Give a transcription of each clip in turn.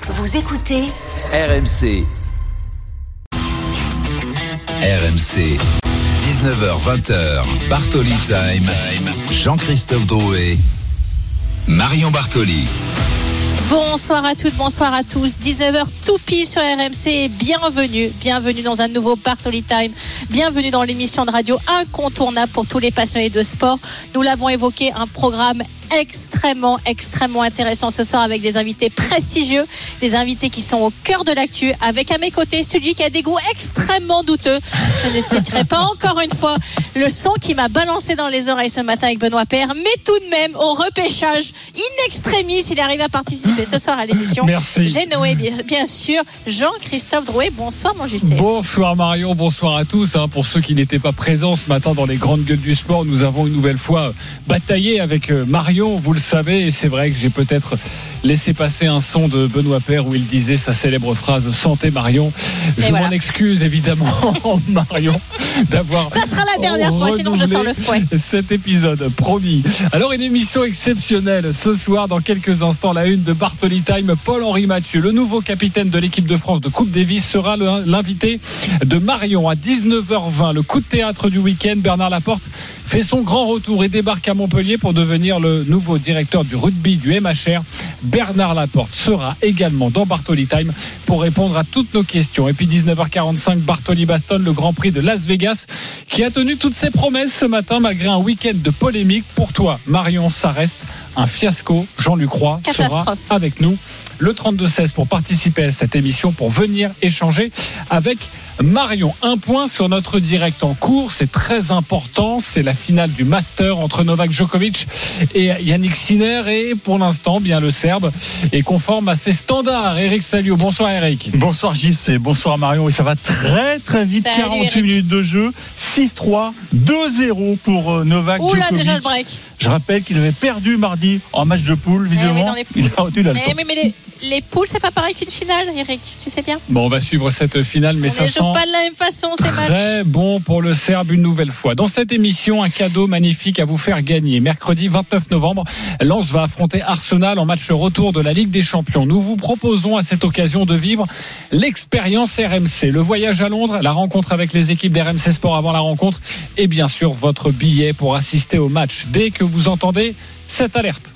Vous écoutez RMC. RMC, 19h-20h, Bartoli Time, Jean-Christophe Drouet, Marion Bartoli. Bonsoir à toutes, bonsoir à tous. 19h tout pile sur RMC. Bienvenue dans un nouveau Bartoli Time. Bienvenue dans l'émission de radio incontournable pour tous les passionnés de sport. Nous l'avons évoqué, un programme extrêmement intéressant ce soir avec des invités prestigieux, des invités qui sont au cœur de l'actu, avec à mes côtés celui qui a des goûts extrêmement douteux. Je ne citerai pas encore une fois le son qui m'a balancé dans les oreilles ce matin avec Benoît Paire, mais tout de même au repêchage in extremis, il arrive à participer ce soir à l'émission. Merci. J'ai Noé, bien sûr, Jean-Christophe Drouet. Bonsoir mon JC. Bonsoir Marion, bonsoir à tous. Pour ceux qui n'étaient pas présents ce matin dans les grandes gueules du sport, nous avons une nouvelle fois bataillé avec Marion. Vous le savez, et c'est vrai que j'ai peut-être laissé passer un son de Benoît Paire où il disait sa célèbre phrase « Santé Marion ». Je m'en excuse évidemment, Marion, d'avoir... Ça sera la dernière fois, sinon je sors le fouet. Cet épisode, promis. Alors, une émission exceptionnelle ce soir, dans quelques instants, la une de Bartoli Time. Paul-Henri Mathieu, le nouveau capitaine de l'équipe de France de Coupe Davis, sera l'invité de Marion à 19h20. Le coup de théâtre du week-end, Bernard Laporte fait son grand retour et débarque à Montpellier pour devenir le nouveau directeur du rugby du MHR. Bernard Laporte sera également dans Bartoli Time pour répondre à toutes nos questions. Et puis 19h45, Bartoli Baston, le Grand Prix de Las Vegas, qui a tenu toutes ses promesses ce matin malgré un week-end de polémique. Pour toi, Marion, ça reste un fiasco. Jean-Luc Roy sera avec nous. Le 32-16 pour participer à cette émission, pour venir échanger avec Marion. Un point sur notre direct en cours, c'est très important, c'est la finale du Master entre Novak Djokovic et Yannick Sinner, et pour l'instant, bien le Serbe est conforme à ses standards. Eric Salio, bonsoir Eric. Bonsoir JC, bonsoir Marion, et ça va très vite. Salut, 48 Eric. Minutes de jeu, 6-3, 2-0 pour Novak Djokovic. Oula, déjà le break. Je rappelle qu'il avait perdu mardi en match de poule, visiblement. Il a retenu la leçon. Mais les poules, c'est pas pareil qu'une finale, Eric, tu sais bien. Bon, on va suivre cette finale, mais ça sent pas de la même façon ces matchs. Très bon pour le Serbe une nouvelle fois. Dans cette émission, un cadeau magnifique à vous faire gagner. Mercredi 29 novembre, Lens va affronter Arsenal en match retour de la Ligue des Champions. Nous vous proposons à cette occasion de vivre l'expérience RMC, le voyage à Londres, la rencontre avec les équipes d'RMC Sport avant la rencontre, et bien sûr votre billet pour assister au match. Dès que vous entendez cette alerte,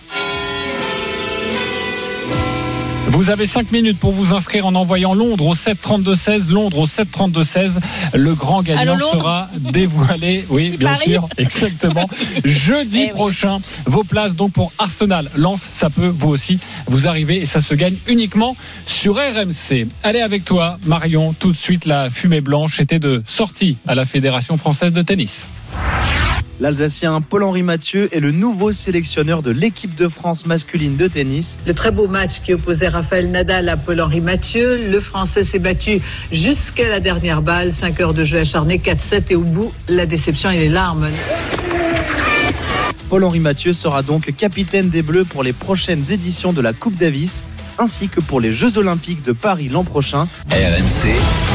vous avez 5 minutes pour vous inscrire en envoyant Londres au 732-16. Londres au 732-16. Le grand gagnant sera dévoilé. Oui, si bien Paris. sûr, exactement. Jeudi prochain, vos places donc pour Arsenal, Lens, ça peut vous aussi vous arriver, et ça se gagne uniquement sur RMC. Allez, avec toi, Marion, tout de suite, la fumée blanche était de sortie à la Fédération française de tennis. L'Alsacien Paul-Henri Mathieu est le nouveau sélectionneur de l'équipe de France masculine de tennis. Le très beau match qui opposait Raphaël Nadal à Paul-Henri Mathieu. Le Français s'est battu jusqu'à la dernière balle. 5 heures de jeu acharné, 4-7, et au bout, la déception et les larmes. Paul-Henri Mathieu sera donc capitaine des Bleus pour les prochaines éditions de la Coupe Davis, ainsi que pour les Jeux Olympiques de Paris l'an prochain. RMC,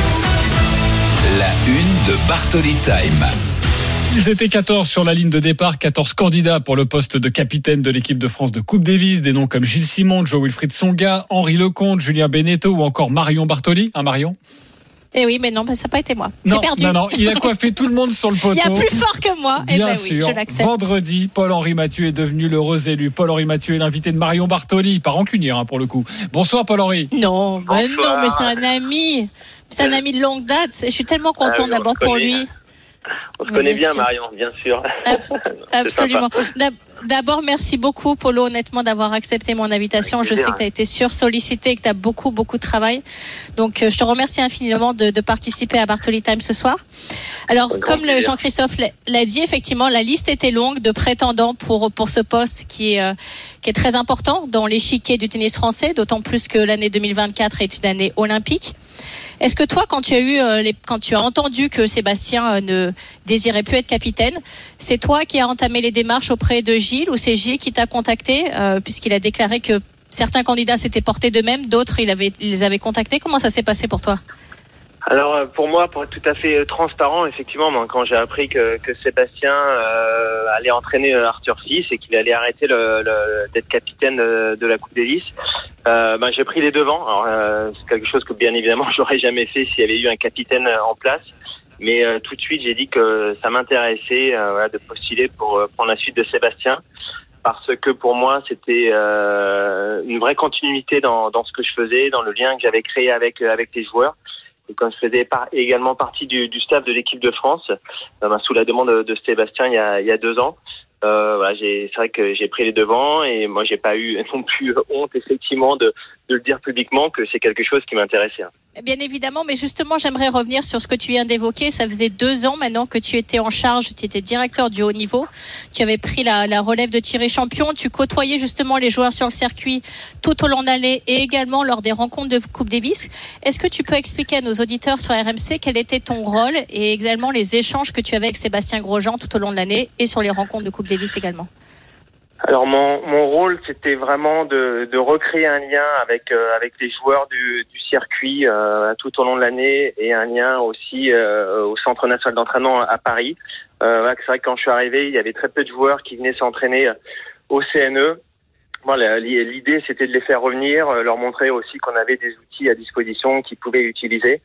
la une de Bartoli Time. Ils étaient 14 sur la ligne de départ, 14 candidats pour le poste de capitaine de l'équipe de France de Coupe Davis. Des noms comme Gilles Simon, Joe-Wilfried Tsonga, Henri Lecomte, Julien Beneteau ou encore Marion Bartoli. Marion ? Eh oui, mais non, ça n'a pas été moi. J'ai perdu. Non, il a coiffé tout le monde sur le poteau. Il y a plus fort que moi. Bien sûr. Oui, je l'accepte. Vendredi, Paul-Henri Mathieu est devenu l'heureux élu. Paul-Henri Mathieu est l'invité de Marion Bartoli, pas rancunière pour le coup. Bonsoir Paul-Henri. Non, mais c'est un ami. C'est un ami de longue date. Et je suis tellement content d'abord pour lui. On se connaît bien, Marion, bien sûr. Absolument. D'abord, merci beaucoup, Polo, honnêtement, d'avoir accepté mon invitation. Je sais que tu as été sursollicité et que tu as beaucoup de travail. Donc, je te remercie infiniment de participer à Bartoli Time ce soir. Alors, comme Jean-Christophe l'a dit, effectivement, la liste était longue de prétendants pour ce poste qui est très important dans l'échiquier du tennis français, d'autant plus que l'année 2024 est une année olympique. Est-ce que toi, quand tu as entendu que Sébastien ne désirait plus être capitaine, c'est toi qui as entamé les démarches auprès de Gilles, ou c'est Gilles qui t'a contacté, puisqu'il a déclaré que certains candidats s'étaient portés d'eux-mêmes, d'autres il les avait contactés. Comment ça s'est passé pour toi ? Alors pour moi, pour être tout à fait transparent, effectivement, moi, quand j'ai appris que Sébastien allait entraîner Arthur Fils et qu'il allait arrêter d'être capitaine de la Coupe Davis, j'ai pris les devants. Alors c'est quelque chose que bien évidemment j'aurais jamais fait s'il y avait eu un capitaine en place. Mais tout de suite, j'ai dit que ça m'intéressait de postuler pour prendre la suite de Sébastien. Parce que pour moi, c'était une vraie continuité dans ce que je faisais, dans le lien que j'avais créé avec les joueurs. Et quand je faisais également partie du staff de l'équipe de France, sous la demande de Sébastien il y a 2 ans, c'est vrai que j'ai pris les devants et moi j'ai pas eu non plus honte effectivement de le dire publiquement que c'est quelque chose qui m'intéressait. Bien évidemment, mais justement j'aimerais revenir sur ce que tu viens d'évoquer. Ça faisait 2 ans maintenant que tu étais en charge, tu étais directeur du haut niveau, tu avais pris la relève de Thierry Champion, tu côtoyais justement les joueurs sur le circuit tout au long de l'année et également lors des rencontres de Coupe Davis. Est-ce que tu peux expliquer à nos auditeurs sur RMC quel était ton rôle et également les échanges que tu avais avec Sébastien Grosjean tout au long de l'année et sur les rencontres de Coupe Davis également? Alors mon rôle, c'était vraiment de recréer un lien avec les joueurs du circuit tout au long de l'année et un lien aussi au Centre national d'entraînement à Paris. C'est vrai que quand je suis arrivé, il y avait très peu de joueurs qui venaient s'entraîner au CNE. Voilà, l'idée, c'était de les faire revenir, leur montrer aussi qu'on avait des outils à disposition qu'ils pouvaient utiliser.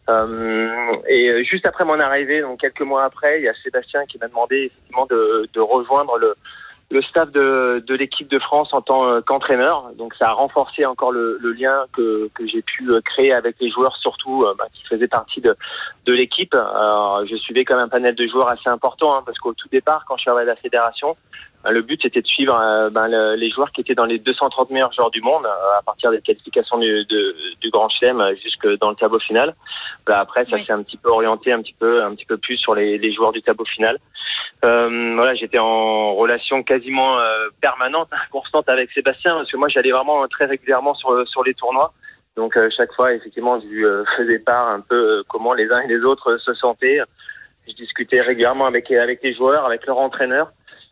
Et juste après mon arrivée, donc quelques mois après, il y a Sébastien qui m'a demandé effectivement de rejoindre le staff de l'équipe de France en tant qu'entraîneur. Donc ça a renforcé encore le lien que j'ai pu créer avec les joueurs, surtout qui faisaient partie de l'équipe. Alors, je suivais quand même un panel de joueurs assez important, parce qu'au tout départ, quand je suis arrivé à la fédération, le but c'était de suivre les joueurs qui étaient dans les 230 meilleurs joueurs du monde à partir des qualifications du Grand Chelem jusque dans le tableau final. Après ça s'est un petit peu orienté un petit peu plus sur les joueurs du tableau final. J'étais en relation quasiment permanente, constante avec Sébastien, parce que moi j'allais vraiment très régulièrement sur les tournois. Donc chaque fois effectivement je lui faisais part un peu comment les uns et les autres se sentaient. Je discutais régulièrement avec les joueurs, avec leur entraîneur.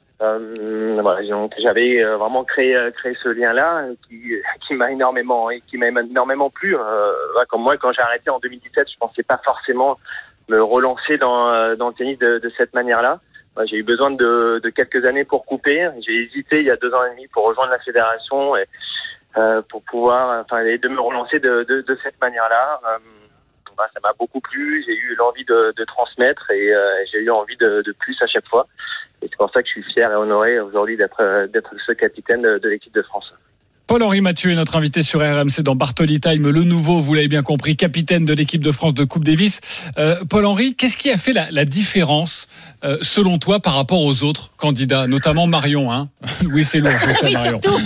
Donc j'avais vraiment créé ce lien-là qui m'a énormément plu. Comme moi, quand j'ai arrêté en 2017, je pensais pas forcément me relancer dans le tennis de cette manière-là. J'ai eu besoin de quelques années pour couper. J'ai hésité il y a 2 ans et demi pour rejoindre la fédération et pour pouvoir, de me relancer de cette manière-là. Ça m'a beaucoup plu. J'ai eu l'envie de transmettre et j'ai eu envie de plus à chaque fois. Et c'est pour ça que je suis fier et honoré aujourd'hui d'être ce capitaine de l'équipe de France. Paul-Henri Mathieu est notre invité sur RMC dans Bartoli Time, le nouveau, vous l'avez bien compris, capitaine de l'équipe de France de Coupe Davis. Paul-Henri, qu'est-ce qui a fait la différence, selon toi, par rapport aux autres candidats, notamment Marion, Oui, c'est lourd, je sais, oui, Marion. Surtout.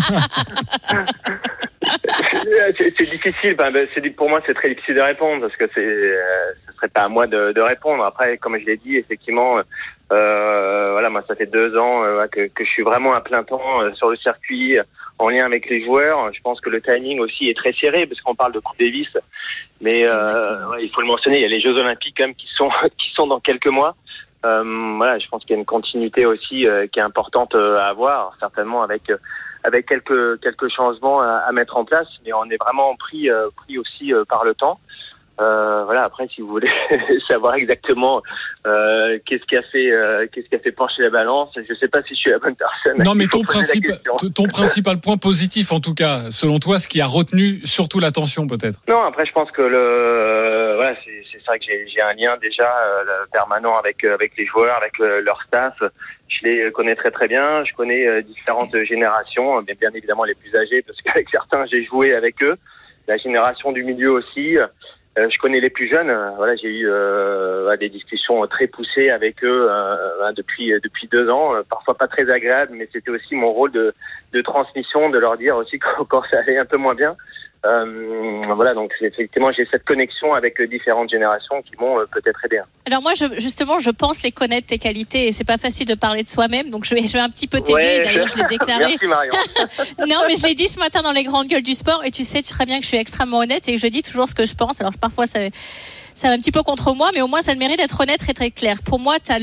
C'est difficile. Pour moi, c'est très difficile de répondre parce que ce serait pas à moi de répondre. Après, comme je l'ai dit, effectivement, moi, ça fait 2 ans que je suis vraiment à plein temps sur le circuit, en lien avec les joueurs. Je pense que le timing aussi est très serré parce qu'on parle de Coupe Davis, mais il faut le mentionner. Il y a les Jeux Olympiques quand même qui sont dans quelques mois. Je pense qu'il y a une continuité aussi qui est importante à avoir, certainement avec quelques changements à mettre en place, mais on est vraiment pris aussi par le temps. Après, si vous voulez savoir exactement qu'est-ce qui a fait pencher la balance, je ne sais pas si je suis la bonne personne. Non, mais ton principal point positif, en tout cas, selon toi, ce qui a retenu surtout l'attention, peut-être. Non, après, je pense que c'est ça que j'ai un lien déjà permanent avec les joueurs, avec leur staff. Je les connais très très bien. Je connais différentes générations, bien évidemment les plus âgés, parce qu'avec certains, j'ai joué avec eux. La génération du milieu aussi. Je connais les plus jeunes. J'ai eu des discussions très poussées avec eux depuis 2 ans. Parfois pas très agréables, mais c'était aussi mon rôle de transmission, de leur dire aussi quand ça allait un peu moins bien. Donc effectivement, j'ai cette connexion avec différentes générations qui m'ont peut-être aidé. Alors moi, je pense les connaître, tes qualités, et c'est pas facile de parler de soi-même, donc je vais un petit peu t'aider. Ouais. D'ailleurs, je l'ai déclaré. Merci Marion. Non, mais je l'ai dit ce matin dans les grandes gueules du sport, et tu sais très bien que je suis extrêmement honnête et que je dis toujours ce que je pense. Alors parfois ça va un petit peu contre moi, mais au moins ça a le mérite d'être honnête et très clair. Pour moi,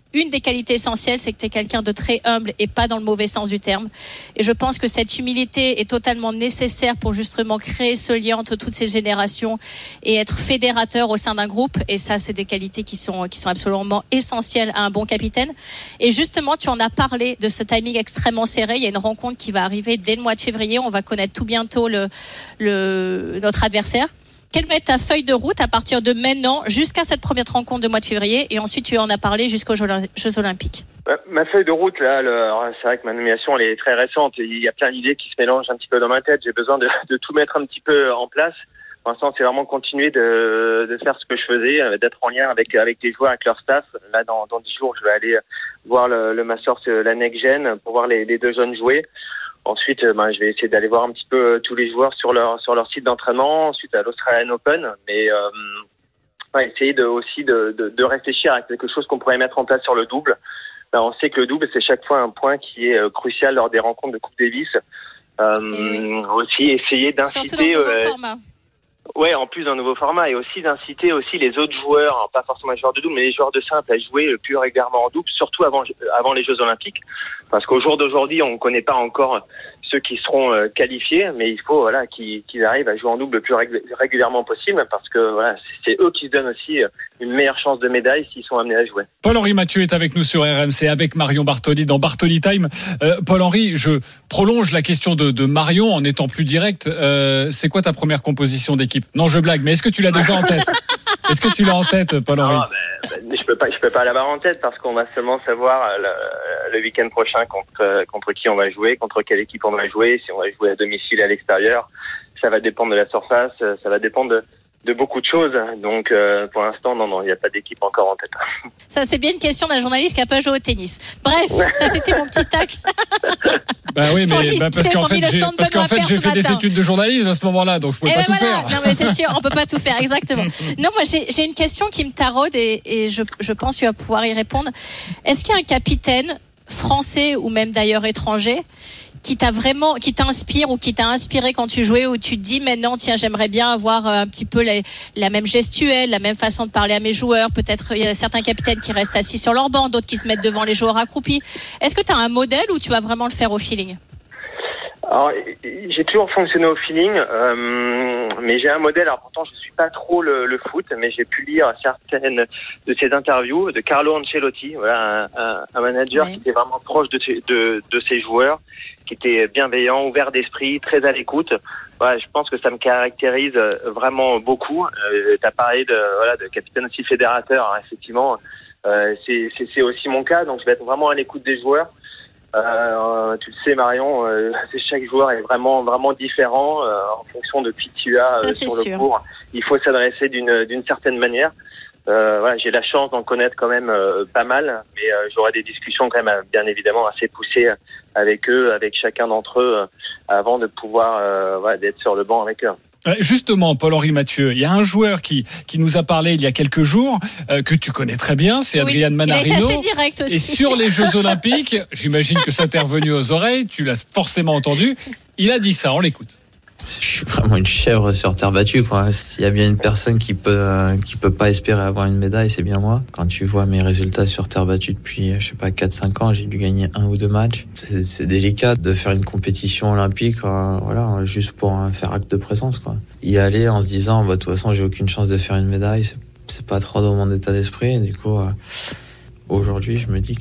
une des qualités essentielles, c'est que tu es quelqu'un de très humble et pas dans le mauvais sens du terme. Et je pense que cette humilité est totalement nécessaire pour justement créer ce lien entre toutes ces générations et être fédérateur au sein d'un groupe. Et ça, c'est des qualités qui sont absolument essentielles à un bon capitaine. Et justement, tu en as parlé de ce timing extrêmement serré. Il y a une rencontre qui va arriver dès le mois de février. On va connaître tout bientôt notre adversaire. Quelle va être ta feuille de route à partir de maintenant jusqu'à cette première rencontre de mois de février et ensuite tu en as parlé jusqu'aux Jeux Olympiques? Ma feuille de route, là, c'est vrai que ma nomination, elle est très récente. Il y a plein d'idées qui se mélangent un petit peu dans ma tête. J'ai besoin de tout mettre un petit peu en place. Pour l'instant, c'est vraiment continuer de faire ce que je faisais, d'être en lien avec les joueurs, avec leur staff. Là, dans 10 jours, je vais aller voir le Masters, la Next Gen, pour voir les deux jeunes jouer. Ensuite, je vais essayer d'aller voir un petit peu tous les joueurs sur leur site d'entraînement. Ensuite, à l'Australian Open, mais essayer de réfléchir à quelque chose qu'on pourrait mettre en place sur le double. On sait que le double, c'est chaque fois un point qui est crucial lors des rencontres de Coupe Davis. Aussi, essayer d'inciter. Surtout dans le nouveau format. Ouais, en plus d'un nouveau format, et aussi d'inciter aussi les autres joueurs, pas forcément les joueurs de double, mais les joueurs de simple à jouer le plus régulièrement en double, surtout avant les Jeux Olympiques. Parce qu'au jour d'aujourd'hui, on ne connaît pas encore ceux qui seront qualifiés, mais il faut qu'ils arrivent à jouer en double le plus régulièrement possible, parce que c'est eux qui se donnent aussi une meilleure chance de médaille s'ils sont amenés à jouer. Paul-Henri Mathieu est avec nous sur RMC avec Marion Bartoli dans Bartoli Time. Paul-Henri, je prolonge la question de Marion en étant plus direct. C'est quoi ta première composition d'équipe? Non, je blague, mais est-ce que tu l'as déjà en tête? Est-ce que tu l'as en tête, Paul-Henri? Je peux pas l'avoir en tête parce qu'on va seulement savoir le week-end prochain contre qui on va jouer, contre quelle équipe on va jouer, si on va jouer à domicile, à l'extérieur. Ça va dépendre de la surface, ça va dépendre de beaucoup de choses. Donc, pour l'instant, non, il n'y a pas d'équipe encore en tête. Ça, c'est bien une question d'un journaliste qui n'a pas joué au tennis. Bref, ça, c'était mon petit tacle. Bah oui, mais parce qu'en fait, j'ai fait des études de journalisme à ce moment-là, donc je pouvais pas tout faire. Non, mais c'est sûr, on peut pas tout faire, exactement. Non, moi, j'ai une question qui me taraude et je pense que tu vas pouvoir y répondre. Est-ce qu'il y a un capitaine français ou même d'ailleurs étranger qui t'inspire ou qui t'a inspiré quand tu jouais, où tu te dis maintenant, tiens, j'aimerais bien avoir un petit peu la même gestuelle, la même façon de parler à mes joueurs. Peut-être il y a certains capitaines qui restent assis sur leur banc, d'autres qui se mettent devant les joueurs accroupis. Est-ce que tu as un modèle ou tu vas vraiment le faire au feeling? Alors, j'ai toujours fonctionné au feeling, mais j'ai un modèle. Alors pourtant, je suis pas trop le foot, mais j'ai pu lire certaines de ses interviews de Carlo Ancelotti, un manager qui était vraiment proche de ses joueurs, qui était bienveillant, ouvert d'esprit, très à l'écoute. Je pense que ça me caractérise vraiment beaucoup. T'as parlé de capitaine aussi fédérateur, hein, effectivement. C'est aussi mon cas, donc je vais être vraiment à l'écoute des joueurs. Tu le sais, Marion, chaque joueur est vraiment différent en fonction de qui tu as sur le court. Il faut s'adresser d'une certaine manière. J'ai la chance d'en connaître quand même pas mal, mais j'aurai des discussions quand même bien évidemment assez poussées avec eux, avec chacun d'entre eux, avant de pouvoir d'être sur le banc avec eux. Justement, Paul-Henri Mathieu, il y a un joueur qui nous a parlé il y a quelques jours, que tu connais très bien, c'est Adrian Manarino. Il est assez direct aussi. Et sur les Jeux Olympiques, j'imagine que ça t'est revenu aux oreilles, tu l'as forcément entendu, il a dit ça, on l'écoute. Je suis vraiment une chèvre sur terre battue, quoi. S'il y a bien une personne qui peut pas espérer avoir une médaille, c'est bien moi. Quand tu vois mes résultats sur terre battue depuis, 4-5 ans, j'ai dû gagner 1 ou 2 matchs. C'est délicat de faire une compétition olympique, juste pour faire acte de présence, quoi. Y aller en se disant, de toute façon, j'ai aucune chance de faire une médaille, c'est pas trop dans mon état d'esprit. Et du coup, aujourd'hui, je me dis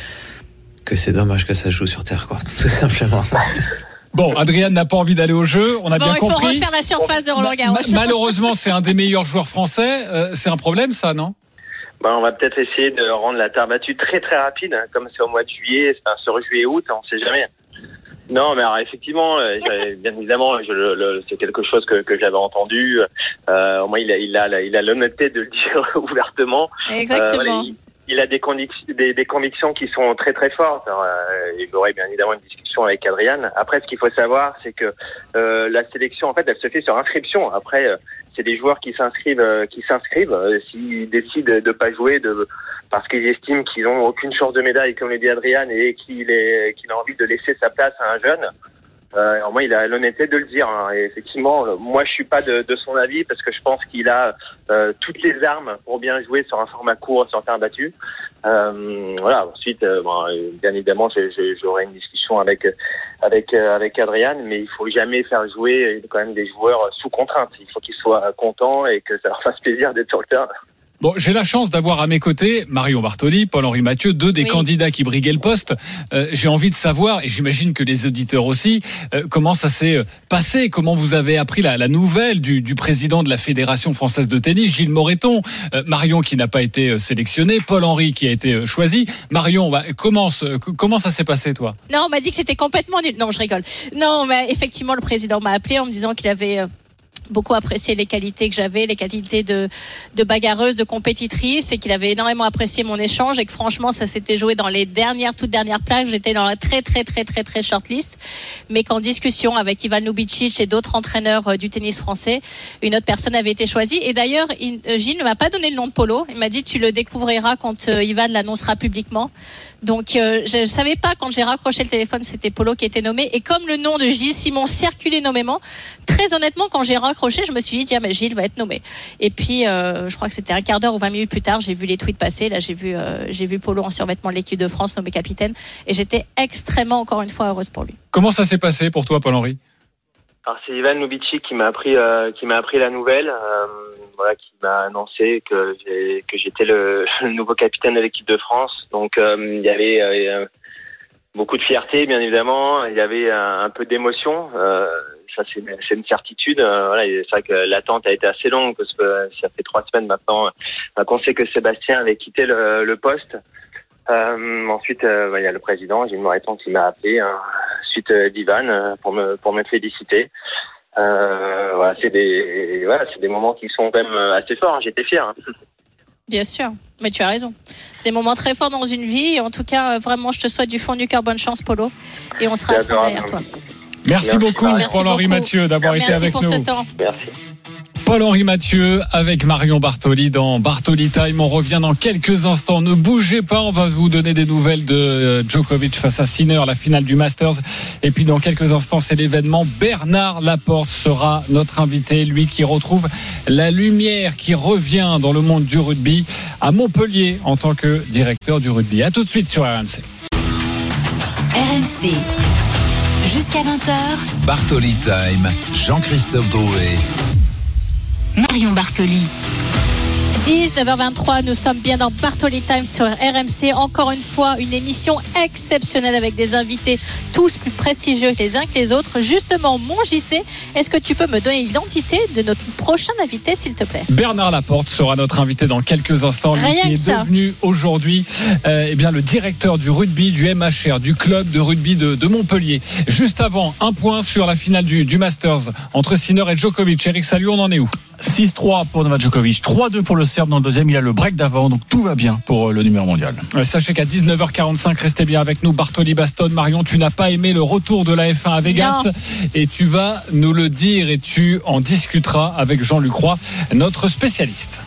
que c'est dommage que ça joue sur terre, quoi. Tout simplement. Bon, Adrien n'a pas envie d'aller au jeu, on a bien compris. Il faut refaire la surface de Roland Garros. Malheureusement, c'est un des meilleurs joueurs français. C'est un problème, ça, non? On va peut-être essayer de rendre la terre battue très très rapide, comme c'est au mois de juillet, sur juillet-août, on ne sait jamais. Non, mais alors, effectivement, bien évidemment, c'est quelque chose que j'avais entendu. Au moins, il a l'honnêteté de le dire ouvertement. Exactement. Il a des convictions qui sont très très fortes. Il y aurait bien évidemment une discussion avec Adrian. Après, ce qu'il faut savoir, c'est que la sélection, en fait, elle se fait sur inscription. Après, c'est des joueurs qui s'inscrivent. S'ils décident de pas jouer, parce qu'ils estiment qu'ils n'ont aucune chance de médaille, comme le dit Adrian, et qu'il a envie de laisser sa place à un jeune, Au moins, il a l'honnêteté de le dire. Hein. Et effectivement, moi, je suis pas de son avis parce que je pense qu'il a toutes les armes pour bien jouer sur un format court, sur terre battue. Voilà. Ensuite, bien évidemment, j'aurai une discussion avec Adrian, mais il faut jamais faire jouer quand même des joueurs sous contrainte. Il faut qu'ils soient contents et que ça leur fasse plaisir d'être sur le terrain. Bon, j'ai la chance d'avoir à mes côtés Marion Bartoli, Paul-Henri Mathieu, deux des candidats qui briguaient le poste. J'ai envie de savoir, et j'imagine que les auditeurs aussi, comment ça s'est passé, comment vous avez appris la nouvelle du président de la Fédération française de tennis, Gilles Moreton. Marion qui n'a pas été sélectionné, Paul-Henri qui a été choisi. Marion, comment ça s'est passé, toi ? Non, on m'a dit que j'étais complètement nulle. Non, je rigole. Non, mais effectivement, le président m'a appelé en me disant qu'il avait beaucoup apprécié les qualités que j'avais, les qualités de bagarreuse, de compétitrice, et qu'il avait énormément apprécié mon échange, et que franchement ça s'était joué dans les toutes dernières places. J'étais dans la très shortlist, mais qu'en discussion avec Ivan Lubicic et d'autres entraîneurs du tennis français, une autre personne avait été choisie. Et d'ailleurs, Gilles ne m'a pas donné le nom de Polo. Il m'a dit tu le découvriras quand Ivan l'annoncera publiquement. Donc je savais pas, quand j'ai raccroché le téléphone, c'était Polo qui était nommé. Et comme le nom de Gilles Simon circulait nommément, très honnêtement, quand j'ai raccroché, je me suis dit tiens, mais Gilles va être nommé. Et puis je crois que c'était un quart d'heure ou 20 minutes plus tard, j'ai vu les tweets passer. Là, j'ai vu Polo en survêtement de l'équipe de France nommé capitaine, et j'étais extrêmement, encore une fois, heureuse pour lui. Comment ça s'est passé pour toi, Paul-Henri ? Alors c'est Ivan Lubicic qui m'a appris la nouvelle, qui m'a annoncé que j'étais le nouveau capitaine de l'équipe de France. Donc il y avait beaucoup de fierté, bien évidemment. Il y avait un peu d'émotion. Ça c'est une certitude. C'est vrai que l'attente a été assez longue parce que ça fait 3 semaines maintenant qu'on sait que Sébastien avait quitté le poste. Ensuite, il y a le président Gilles Moreton qui m'a appelé suite d'Ivan pour me féliciter. C'est des moments qui sont quand même assez forts. J'étais fier. Bien sûr, mais tu as raison. C'est des moments très forts dans une vie. Et en tout cas, vraiment, je te souhaite du fond du cœur bonne chance, Polo. Et on sera à fond derrière toi. Merci beaucoup, Paul-Henri Mathieu, d'avoir été avec nous. Merci pour ce temps. Merci. Paul-Henri Mathieu avec Marion Bartoli dans Bartoli Time. On revient dans quelques instants. Ne bougez pas, on va vous donner des nouvelles de Djokovic face à Sinner, la finale du Masters. Et puis dans quelques instants, c'est l'événement. Bernard Laporte sera notre invité, lui qui retrouve la lumière, qui revient dans le monde du rugby à Montpellier en tant que directeur du rugby. À tout de suite sur RMC. RMC. Jusqu'à 20h. Bartoli Time, Jean-Christophe Drouet. Marion Bartoli. 19h23, nous sommes bien dans Bartoli Time sur RMC. Encore une fois, une émission exceptionnelle avec des invités tous plus prestigieux les uns que les autres. Justement, mon JC, est-ce que tu peux me donner l'identité de notre prochain invité, s'il te plaît ? Bernard Laporte sera notre invité dans quelques instants. Lui qui est devenu aujourd'hui le directeur du rugby, du MHR, du club de rugby de Montpellier. Juste avant, un point sur la finale du Masters entre Sinner et Djokovic. Eric Salou, on en est où ? 6-3 pour Novak Djokovic, 3-2 pour le Serbe dans le deuxième. Il a le break d'avant, donc tout va bien pour le numéro mondial. Sachez qu'à 19h45, restez bien avec nous. Bartoli Baston, Marion, tu n'as pas aimé le retour de la F1 à Vegas. Non. Et tu vas nous le dire et tu en discuteras avec Jean-Luc Roy, notre spécialiste.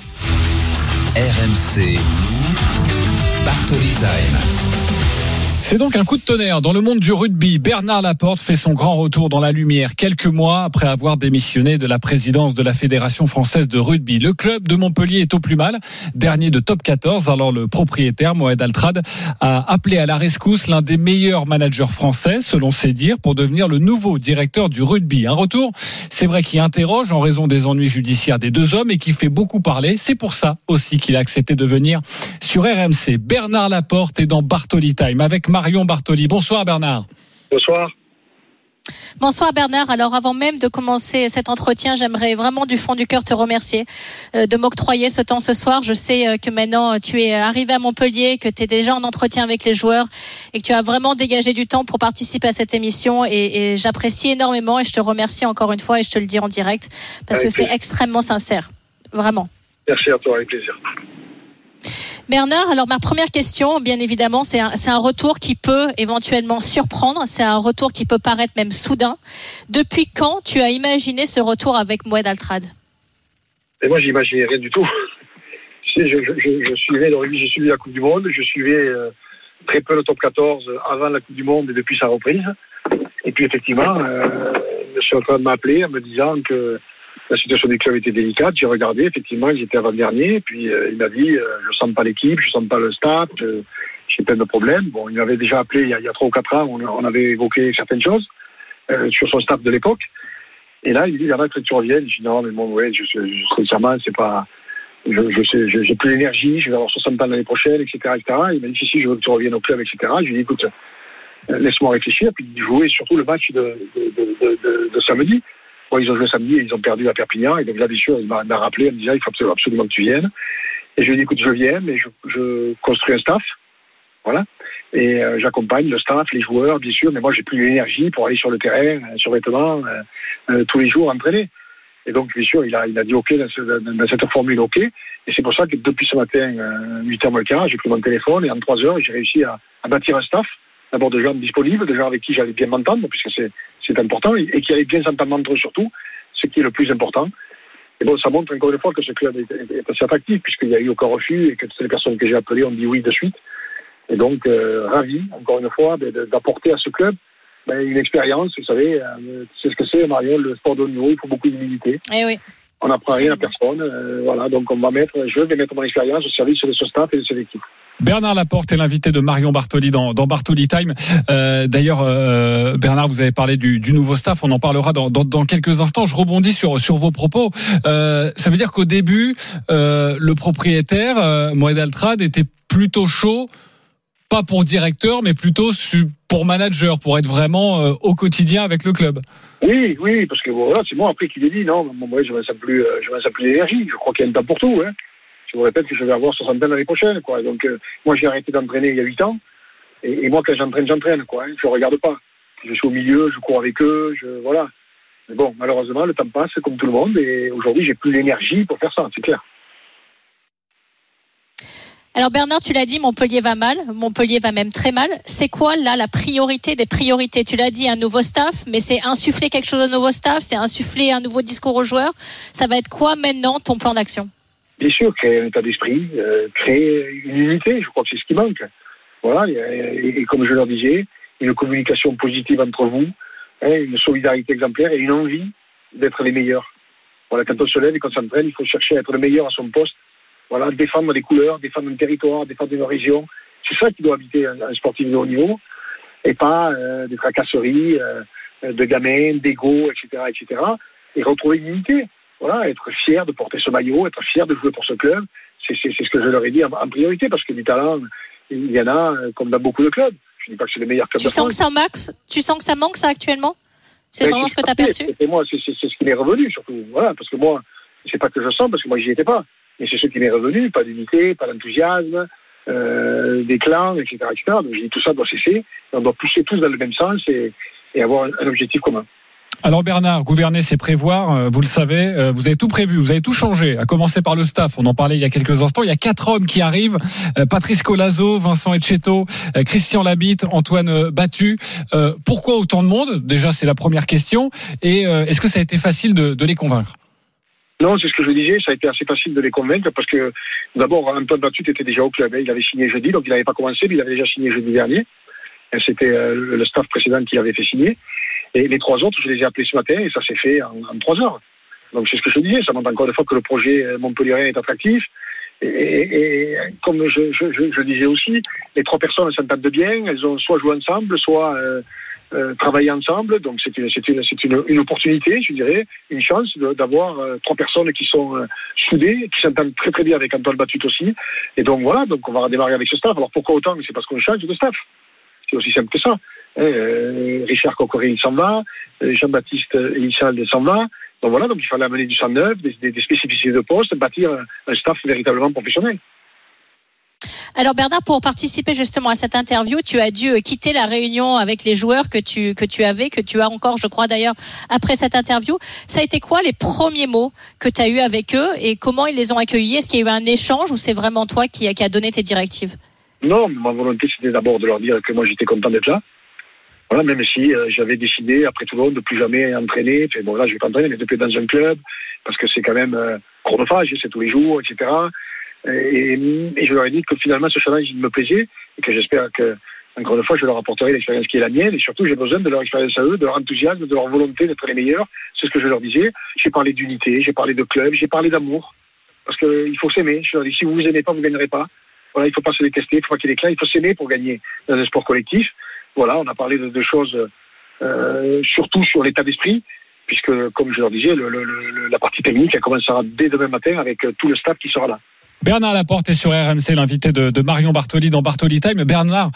RMC Bartoli Time. C'est donc un coup de tonnerre dans le monde du rugby. Bernard Laporte fait son grand retour dans la lumière quelques mois après avoir démissionné de la présidence de la Fédération française de rugby. Le club de Montpellier est au plus mal, dernier de top 14. Alors le propriétaire, Moed Altrad, a appelé à la rescousse l'un des meilleurs managers français, selon ses dires, pour devenir le nouveau directeur du rugby. Un retour, c'est vrai, qui interroge en raison des ennuis judiciaires des deux hommes et qui fait beaucoup parler. C'est pour ça aussi qu'il a accepté de venir sur RMC. Bernard Laporte est dans Bartoli Time avec Marion Bartoli. Bonsoir Bernard. Bonsoir. Bonsoir Bernard. Alors avant même de commencer cet entretien, j'aimerais vraiment du fond du cœur te remercier de m'octroyer ce temps ce soir. Je sais que maintenant tu es arrivé à Montpellier, que tu es déjà en entretien avec les joueurs et que tu as vraiment dégagé du temps pour participer à cette émission et j'apprécie énormément et je te remercie encore une fois et je te le dis en direct parce que c'est extrêmement sincère. Vraiment. Merci à toi, avec plaisir. Bernard, alors ma première question, bien évidemment, c'est un retour qui peut éventuellement surprendre, c'est un retour qui peut paraître même soudain. Depuis quand tu as imaginé ce retour avec Moed Altrad ? Et moi, j'imaginais rien du tout. Tu sais, je suivais le rugby, j'ai suivi la Coupe du Monde, je suivais très peu le top 14 avant la Coupe du Monde et depuis sa reprise. Et puis effectivement, monsieur Antoine m'a appelé en me disant que la situation du club était délicate. J'ai regardé, effectivement, ils étaient avant-dernier. Et puis il m'a dit, je sens pas l'équipe, je sens pas le staff, j'ai plein de problèmes. Bon, il m'avait déjà appelé il y a 3 ou 4 ans, on avait évoqué certaines choses sur son staff de l'époque. Et là, il me dit, il y en a que tu reviennes. Je dis, non, mais bon, ouais, sincèrement, c'est pas... j'ai plus l'énergie, je vais avoir 60 ans l'année prochaine, etc., etc. Il m'a dit, si, je veux que tu reviennes au club, etc. Je lui ai dit, écoute, laisse-moi réfléchir, puis jouer surtout le match de samedi. Bon, ils ont joué samedi et ils ont perdu à Perpignan, et donc là, bien sûr, il m'a rappelé en me disant, il faut absolument que tu viennes. Et je lui ai dit, écoute, je viens, mais je construis un staff, voilà, et j'accompagne le staff, les joueurs, bien sûr, mais moi, j'ai plus l'énergie pour aller sur le terrain, sur vêtements, tous les jours, entraîner. Et donc, bien sûr, il a dit OK dans cette formule OK. Et c'est pour ça que depuis ce matin, 8h15, j'ai pris mon téléphone et en 3 heures, j'ai réussi à bâtir un staff. D'abord de gens disponibles, de gens avec qui j'allais bien m'entendre, puisque c'est important, et qui allaient bien s'entendre entre eux surtout, ce qui est le plus important. Et bon, ça montre encore une fois que ce club est assez attractif, puisqu'il n'y a eu aucun refus et que toutes les personnes que j'ai appelées ont dit oui de suite. Et donc, ravi, encore une fois, d'apporter à ce club une expérience. Vous savez, c'est ce que c'est, Marion, le sport de haut niveau, il faut beaucoup d'humilité. Eh oui. On n'apprend rien à personne. Voilà, donc je vais mettre mon expérience au service de ce staff et de cette équipe. Bernard Laporte est l'invité de Marion Bartoli dans Bartoli Time. D'ailleurs, Bernard, vous avez parlé du nouveau staff. On en parlera dans quelques instants. Je rebondis sur vos propos. Ça veut dire qu'au début, le propriétaire, Moed Altrad, était plutôt chaud, pas pour directeur, mais plutôt pour manager, pour être vraiment au quotidien avec le club. Oui, parce que voilà, c'est moi après qui l'ai dit, non, moi je ne sens plus l'énergie. Je crois qu'il y a un temps pour tout. Hein. Je vous répète que je vais avoir 60 ans l'année prochaine, quoi. Donc moi j'ai arrêté d'entraîner il y a 8 ans, et moi quand j'entraîne, quoi. Hein. Je regarde pas. Je suis au milieu, je cours avec eux, voilà. Mais bon, malheureusement le temps passe comme tout le monde, et aujourd'hui j'ai plus l'énergie pour faire ça, c'est clair. Alors Bernard, tu l'as dit, Montpellier va mal, Montpellier va même très mal. C'est quoi là la priorité des priorités ? Tu l'as dit, un nouveau staff, mais c'est insuffler quelque chose de nouveau staff, c'est insuffler un nouveau discours aux joueurs. Ça va être quoi maintenant ton plan d'action ? Bien sûr, créer un état d'esprit, créer une unité, je crois que c'est ce qui manque. Voilà, et comme je leur disais, une communication positive entre vous, une solidarité exemplaire et une envie d'être les meilleurs. Voilà, quand on se lève et qu'on s'entraîne, il faut chercher à être le meilleur à son poste. Voilà, défendre les couleurs, défendre un territoire, défendre une région. C'est ça qui doit habiter un sportif de haut niveau, et pas des tracasseries, de gamins, d'ego, etc., etc. Et retrouver une unité. Voilà, être fier de porter ce maillot, être fier de jouer pour ce club. C'est ce que je leur ai dit en priorité, parce que du talent, il y en a comme dans beaucoup de clubs. Je ne dis pas que c'est le meilleur club de France. Tu sens que ça manque, ça, actuellement ? C'est vraiment ce que tu as perçu ? Et moi, c'est ce qui m'est revenu, surtout. Voilà, parce que moi, c'est pas que je sens, parce que moi, j'y étais pas. Mais c'est ce qui m'est revenu, pas d'unité, pas d'enthousiasme, des clans, etc., etc. Donc j'ai dit tout ça doit cesser, et on doit pousser tous dans le même sens et avoir un objectif commun. Alors Bernard, gouverner c'est prévoir, vous le savez, vous avez tout prévu, vous avez tout changé, à commencer par le staff, on en parlait il y a quelques instants, il y a 4 hommes qui arrivent, Patrice Colazo, Vincent Etcheto, Christian Labitte, Antoine Battu. Pourquoi autant de monde ? Déjà c'est la première question, et est-ce que ça a été facile de les convaincre ? Non, c'est ce que je disais, ça a été assez facile de les convaincre, parce que d'abord Antoine Battu était déjà au club, il avait signé jeudi, donc il n'avait pas commencé, mais il avait déjà signé jeudi dernier. C'était le staff précédent qui l'avait fait signer. Et les 3 autres, je les ai appelés ce matin et ça s'est fait en 3 heures. Donc c'est ce que je disais, ça montre encore une fois que le projet montpelliérain est attractif. Et comme je disais aussi, les 3 personnes s'entendent bien, elles ont soit joué ensemble, soit travaillé ensemble. Donc c'est une opportunité, je dirais, une chance d'avoir 3 personnes qui sont soudées, qui s'entendent très très bien avec Antoine Battu aussi. Et donc voilà, donc on va redémarrer avec ce staff. Alors pourquoi autant ? C'est parce qu'on change de staff. C'est aussi simple que ça. Richard Cocoril s'en va, Jean-Baptiste Elissal s'en va. Donc voilà, donc il fallait amener du sang neuf, des spécificités de poste, bâtir un staff véritablement professionnel. Alors Bernard, pour participer justement à cette interview, tu as dû quitter la réunion avec les joueurs que tu as encore, je crois d'ailleurs, après cette interview. Ça a été quoi les premiers mots que tu as eus avec eux et comment ils les ont accueillis ? Est-ce qu'il y a eu un échange ou c'est vraiment toi qui a donné tes directives ? Non, ma volonté c'était d'abord de leur dire que moi j'étais content d'être là. Voilà, même si j'avais décidé, après Toulon, de ne plus jamais entraîner. Enfin, bon, là, je vais pas entraîner, mais de plus dans un club, parce que c'est quand même chronophage, c'est tous les jours, etc. Et je leur ai dit que finalement, ce challenge, il me plaisait, et que j'espère que Encore une fois, je leur apporterai l'expérience qui est la mienne et surtout, j'ai besoin de leur expérience à eux, de leur enthousiasme, de leur volonté d'être les meilleurs. C'est ce que je leur disais. J'ai parlé d'unité, j'ai parlé de club, j'ai parlé d'amour. Parce qu'il faut s'aimer. Je leur dis, si vous vous aimez pas, vous gagnerez pas. Voilà, il faut pas se détester, il faut pas qu'il y ait d'éclat, il faut s'aimer pour gagner dans un sport collectif. Voilà, on a parlé de choses, surtout sur l'état d'esprit, puisque, comme je leur disais, la partie technique, elle commencera dès demain matin avec tout le staff qui sera là. Bernard Laporte est sur RMC, l'invité de Marion Bartoli dans Bartoli Time. Bernard,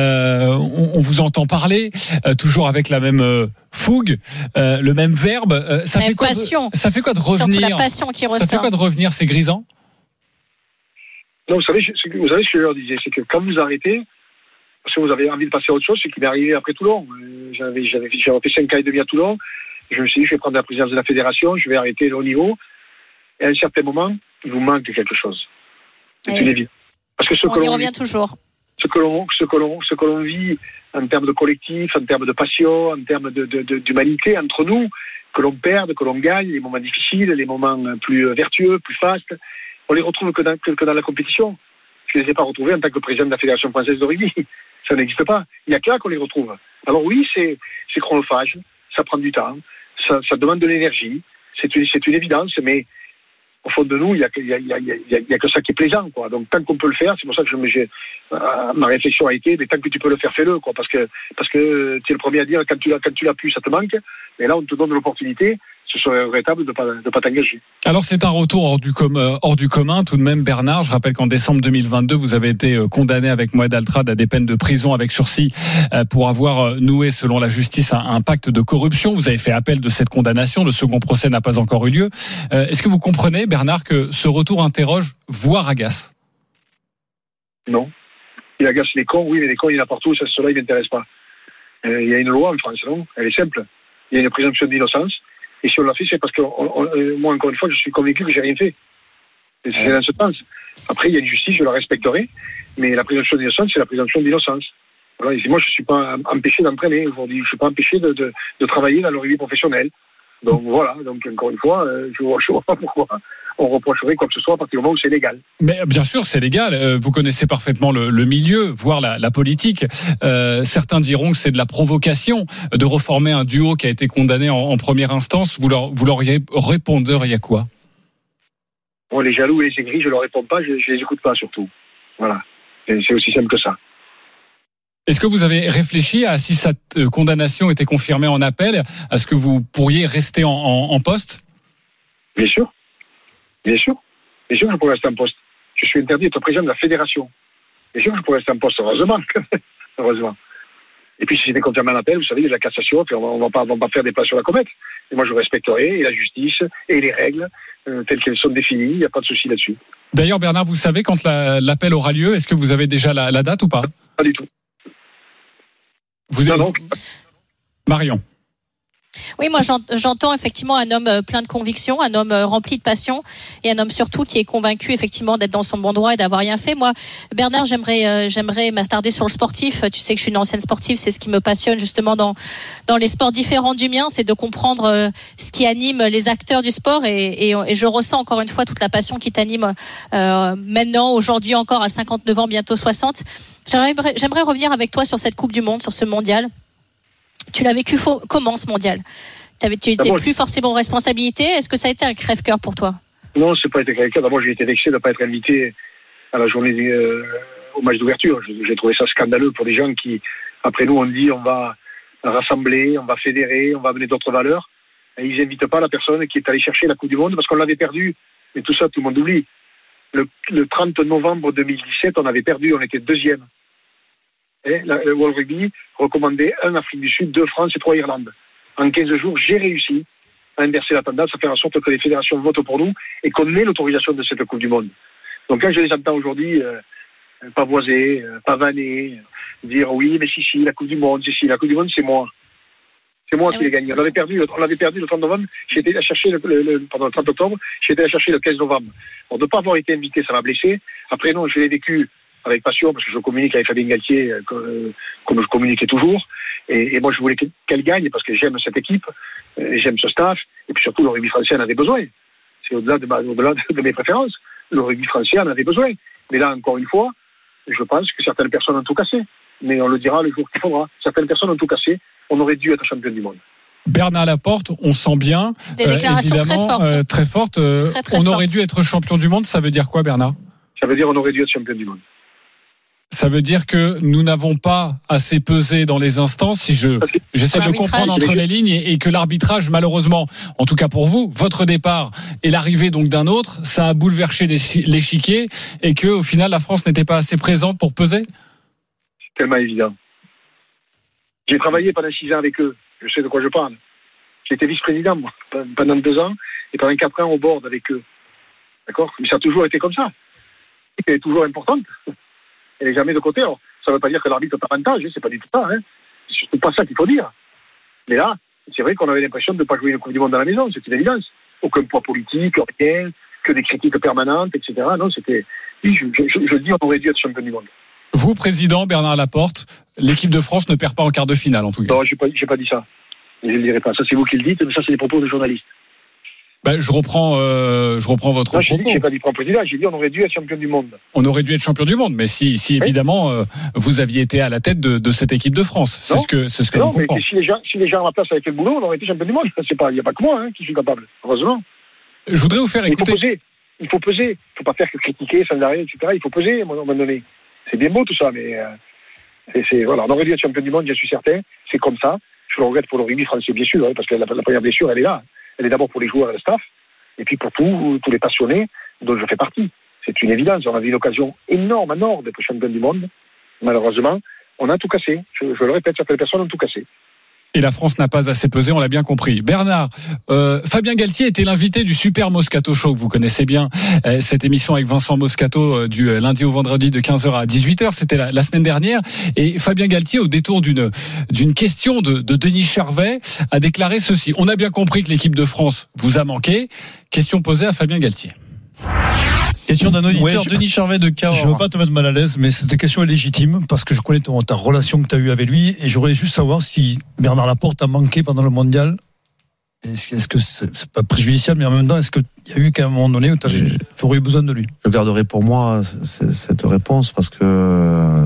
on vous entend parler, toujours avec la même fougue, le même verbe. Ça fait quoi ça fait quoi de revenir? Surtout la passion qui ressort. Ça fait quoi de revenir? C'est grisant? Non, vous savez ce que je leur disais, c'est que quand vous arrêtez, parce que vous avez envie de passer à autre chose, c'est qui m'est arrivé après Toulon. J'avais fait 5 ans et demi à Toulon. Je me suis dit, je vais prendre la présidence de la fédération, je vais arrêter le haut niveau. Et à un certain moment, il vous manque quelque chose. C'est une évidence. Parce que on y revient toujours. Ce que l'on vit en termes de collectif, en termes de passion, en termes d'humanité entre nous, que l'on perde, que l'on gagne, les moments difficiles, les moments plus vertueux, plus fastes, on les retrouve que dans la compétition. Je ne les ai pas retrouvés en tant que président de la Fédération française de rugby. Ça n'existe pas. Il n'y a que là qu'on les retrouve. Alors oui, c'est chronophage, ça prend du temps, ça demande de l'énergie, c'est une évidence, mais au fond de nous, il y a que ça qui est plaisant, quoi. Donc tant qu'on peut le faire, c'est pour ça que ma réflexion a été, mais tant que tu peux le faire, fais-le, quoi. Parce que tu es le premier à dire quand tu l'as plus, ça te manque. Mais là, on te donne l'opportunité. Ce serait regrettable de pas t'engager. Alors c'est un retour hors du commun tout de même, Bernard. Je rappelle qu'en décembre 2022, vous avez été condamné avec Moed Altrad à des peines de prison avec sursis pour avoir noué, selon la justice, un pacte de corruption. Vous avez fait appel de cette condamnation. Le second procès n'a pas encore eu lieu. Est-ce que vous comprenez, Bernard, que ce retour interroge, voire agace? Non. Il agace les cons, oui, mais les cons, il y en a partout. Cela, il ne m'intéresse pas. Il y a une loi en France, non? Elle est simple. Il y a une présomption d'innocence. Et si on l'a fait, c'est parce que moi, encore une fois, je suis convaincu que j'ai rien fait. Et c'est dans ce sens. Après, il y a une justice, je la respecterai, mais la présomption d'innocence, c'est la présomption d'innocence. Voilà. Et moi, je ne suis pas empêché d'entraîner aujourd'hui. Je ne suis pas empêché de travailler dans le rugby professionnel. Donc voilà. Donc encore une fois, je ne vois pas pourquoi on reprocherait quoi que ce soit à partir du moment où c'est légal. Mais bien sûr, c'est légal. Vous connaissez parfaitement le milieu, voire la politique. Certains diront que c'est de la provocation de reformer un duo qui a été condamné en première instance. Vous leur réponderiez à quoi? Bon, les jaloux et les aigris, je leur réponds pas, je les écoute pas surtout. Voilà. C'est aussi simple que ça. Est-ce que vous avez réfléchi à, si cette condamnation était confirmée en appel, à ce que vous pourriez rester en poste? Bien sûr. Bien sûr que je pourrais rester en poste. Je suis interdit d'être président de la fédération. Bien sûr que je pourrais rester en poste, heureusement. Heureusement. Et puis si c'était confirmé en appel, vous savez, il y a de la cassation, puis on va pas faire des pas sur la comète. Et moi je respecterai et la justice et les règles telles qu'elles sont définies, il n'y a pas de souci là-dessus. D'ailleurs, Bernard, vous savez quand l'appel aura lieu? Est-ce que vous avez déjà la date ou pas? Pas du tout. Non. Marion. Oui, moi j'entends effectivement un homme plein de conviction, un homme rempli de passion et un homme surtout qui est convaincu effectivement d'être dans son bon droit et d'avoir rien fait. Moi, Bernard, j'aimerais m'attarder sur le sportif. Tu sais que je suis une ancienne sportive, c'est ce qui me passionne justement dans les sports différents du mien, c'est de comprendre ce qui anime les acteurs du sport et je ressens encore une fois toute la passion qui t'anime maintenant, aujourd'hui encore à 59 ans, bientôt 60. J'aimerais revenir avec toi sur cette Coupe du Monde, sur ce mondial. Tu l'as vécu comment ce mondial? Tu n'étais plus forcément en responsabilité. Est-ce que ça a été un crève-cœur pour toi? Non, c'est pas été un crève-cœur. D'abord, j'ai été vexé de ne pas être invité à la journée au match d'ouverture. J'ai trouvé ça scandaleux pour des gens qui, après nous, on dit on va rassembler, on va fédérer, on va amener d'autres valeurs. Et ils n'invitent pas la personne qui est allée chercher la Coupe du Monde parce qu'on l'avait perdue. Mais tout ça, tout le monde oublie. Le 30 novembre 2017, on avait perdu, on était deuxième. Et le World Rugby recommandait 1 Afrique du Sud, 2 France et 3 Irlande. En 15 jours, j'ai réussi à inverser la tendance, à faire en sorte que les fédérations votent pour nous et qu'on ait l'autorisation de cette Coupe du Monde. Donc quand je les entends aujourd'hui pavoiser, pavaner, dire oui, mais si, la Coupe du Monde, la Coupe du Monde, c'est moi. C'est moi qui l'ai gagné. On l'avait perdu le 30 novembre, j'ai été à chercher le 30 octobre, j'ai été à chercher le 15 novembre. Bon, de ne pas avoir été invité, ça m'a blessé. Après, non, je l'ai vécu avec passion, parce que je communique avec Fabien Galtier comme je communiquais toujours. Et moi, je voulais qu'elle gagne, parce que j'aime cette équipe, j'aime ce staff, et puis surtout, le rugby français en avait besoin. C'est au-delà de mes préférences. Le rugby français en avait besoin. Mais là, encore une fois, je pense que certaines personnes ont tout cassé. mais on le dira le jour qu'il faudra. Certaines personnes ont tout cassé. On aurait dû être champion du monde. Bernard Laporte, on sent bien. Des déclarations très fortes. On aurait dû être champion du monde. Ça veut dire quoi, Bernard ? Ça veut dire qu'on aurait dû être champion du monde. Ça veut dire que nous n'avons pas assez pesé dans les instances, j'essaie de comprendre entre les lignes, et que l'arbitrage, malheureusement, en tout cas pour vous, votre départ et l'arrivée donc d'un autre, ça a bouleversé l'échiquier, et que au final la France n'était pas assez présente pour peser. C'est tellement évident. J'ai travaillé pendant 6 ans avec eux, je sais de quoi je parle. J'étais vice-président moi, pendant 2 ans, et pendant 4 ans au board avec eux. D'accord ? Mais ça a toujours été comme ça. Elle est toujours importante. Elle n'est jamais de côté. Alors, ça ne veut pas dire que l'arbitre a avantage, c'est pas du tout ça. C'est surtout pas ça qu'il faut dire. Mais là, c'est vrai qu'on avait l'impression de ne pas jouer une Coupe du Monde à la maison, c'est une évidence. Aucun poids politique, rien, que des critiques permanentes, etc. Non, c'était. Oui, je dis, on aurait dû être champion du monde. Vous, président Bernard Laporte, l'équipe de France ne perd pas en quart de finale, en tout cas. Non, j'ai pas dit ça. Je ne le dirai pas. Ça, c'est vous qui le dites, mais ça, c'est les propos des journalistes. Je reprends votre propos. J'ai pas dit pour un président, j'ai dit on aurait dû être champion du monde. On aurait dû être champion du monde, mais si évidemment vous aviez été à la tête de cette équipe de France, c'est ce que non, je comprends. Mais si les gens à ma place avaient fait le boulot, on aurait été champion du monde. Il n'y a pas que moi qui suis capable, heureusement. Je voudrais vous faire écouter. Il faut peser. Il ne faut pas faire que critiquer sans arrêt, etc. Il faut peser à un moment donné. C'est bien beau tout ça, mais voilà, on aurait dû être champion du monde, je suis certain. C'est comme ça. Je le regrette pour le rugby français, bien sûr, parce que la première blessure, elle est là. Elle est d'abord pour les joueurs et le staff, et puis pour tous les passionnés dont je fais partie. C'est une évidence. On avait une occasion énorme d'être champion du monde. Malheureusement, on a tout cassé. Je le répète, certaines personnes ont tout cassé. Et la France n'a pas assez pesé, on l'a bien compris. Bernard, Fabien Galtier était l'invité du Super Moscato Show, que vous connaissez bien, cette émission avec Vincent Moscato du lundi au vendredi de 15h à 18h, c'était la semaine dernière. Et Fabien Galtier, au détour d'une question de Denis Charvet, a déclaré ceci. On a bien compris que l'équipe de France vous a manqué. Question posée à Fabien Galtier. Question d'un auditeur, Denis Charvet de Cahors. Je ne veux pas te mettre mal à l'aise, mais cette question est légitime parce que je connais ta relation que tu as eue avec lui et j'aurais juste savoir si Bernard Laporte a manqué pendant le mondial. Est-ce que c'est pas préjudiciable, mais en même temps, est-ce qu'il y a eu qu'à un moment donné où tu aurais eu besoin de lui ? Je garderai pour moi cette réponse parce que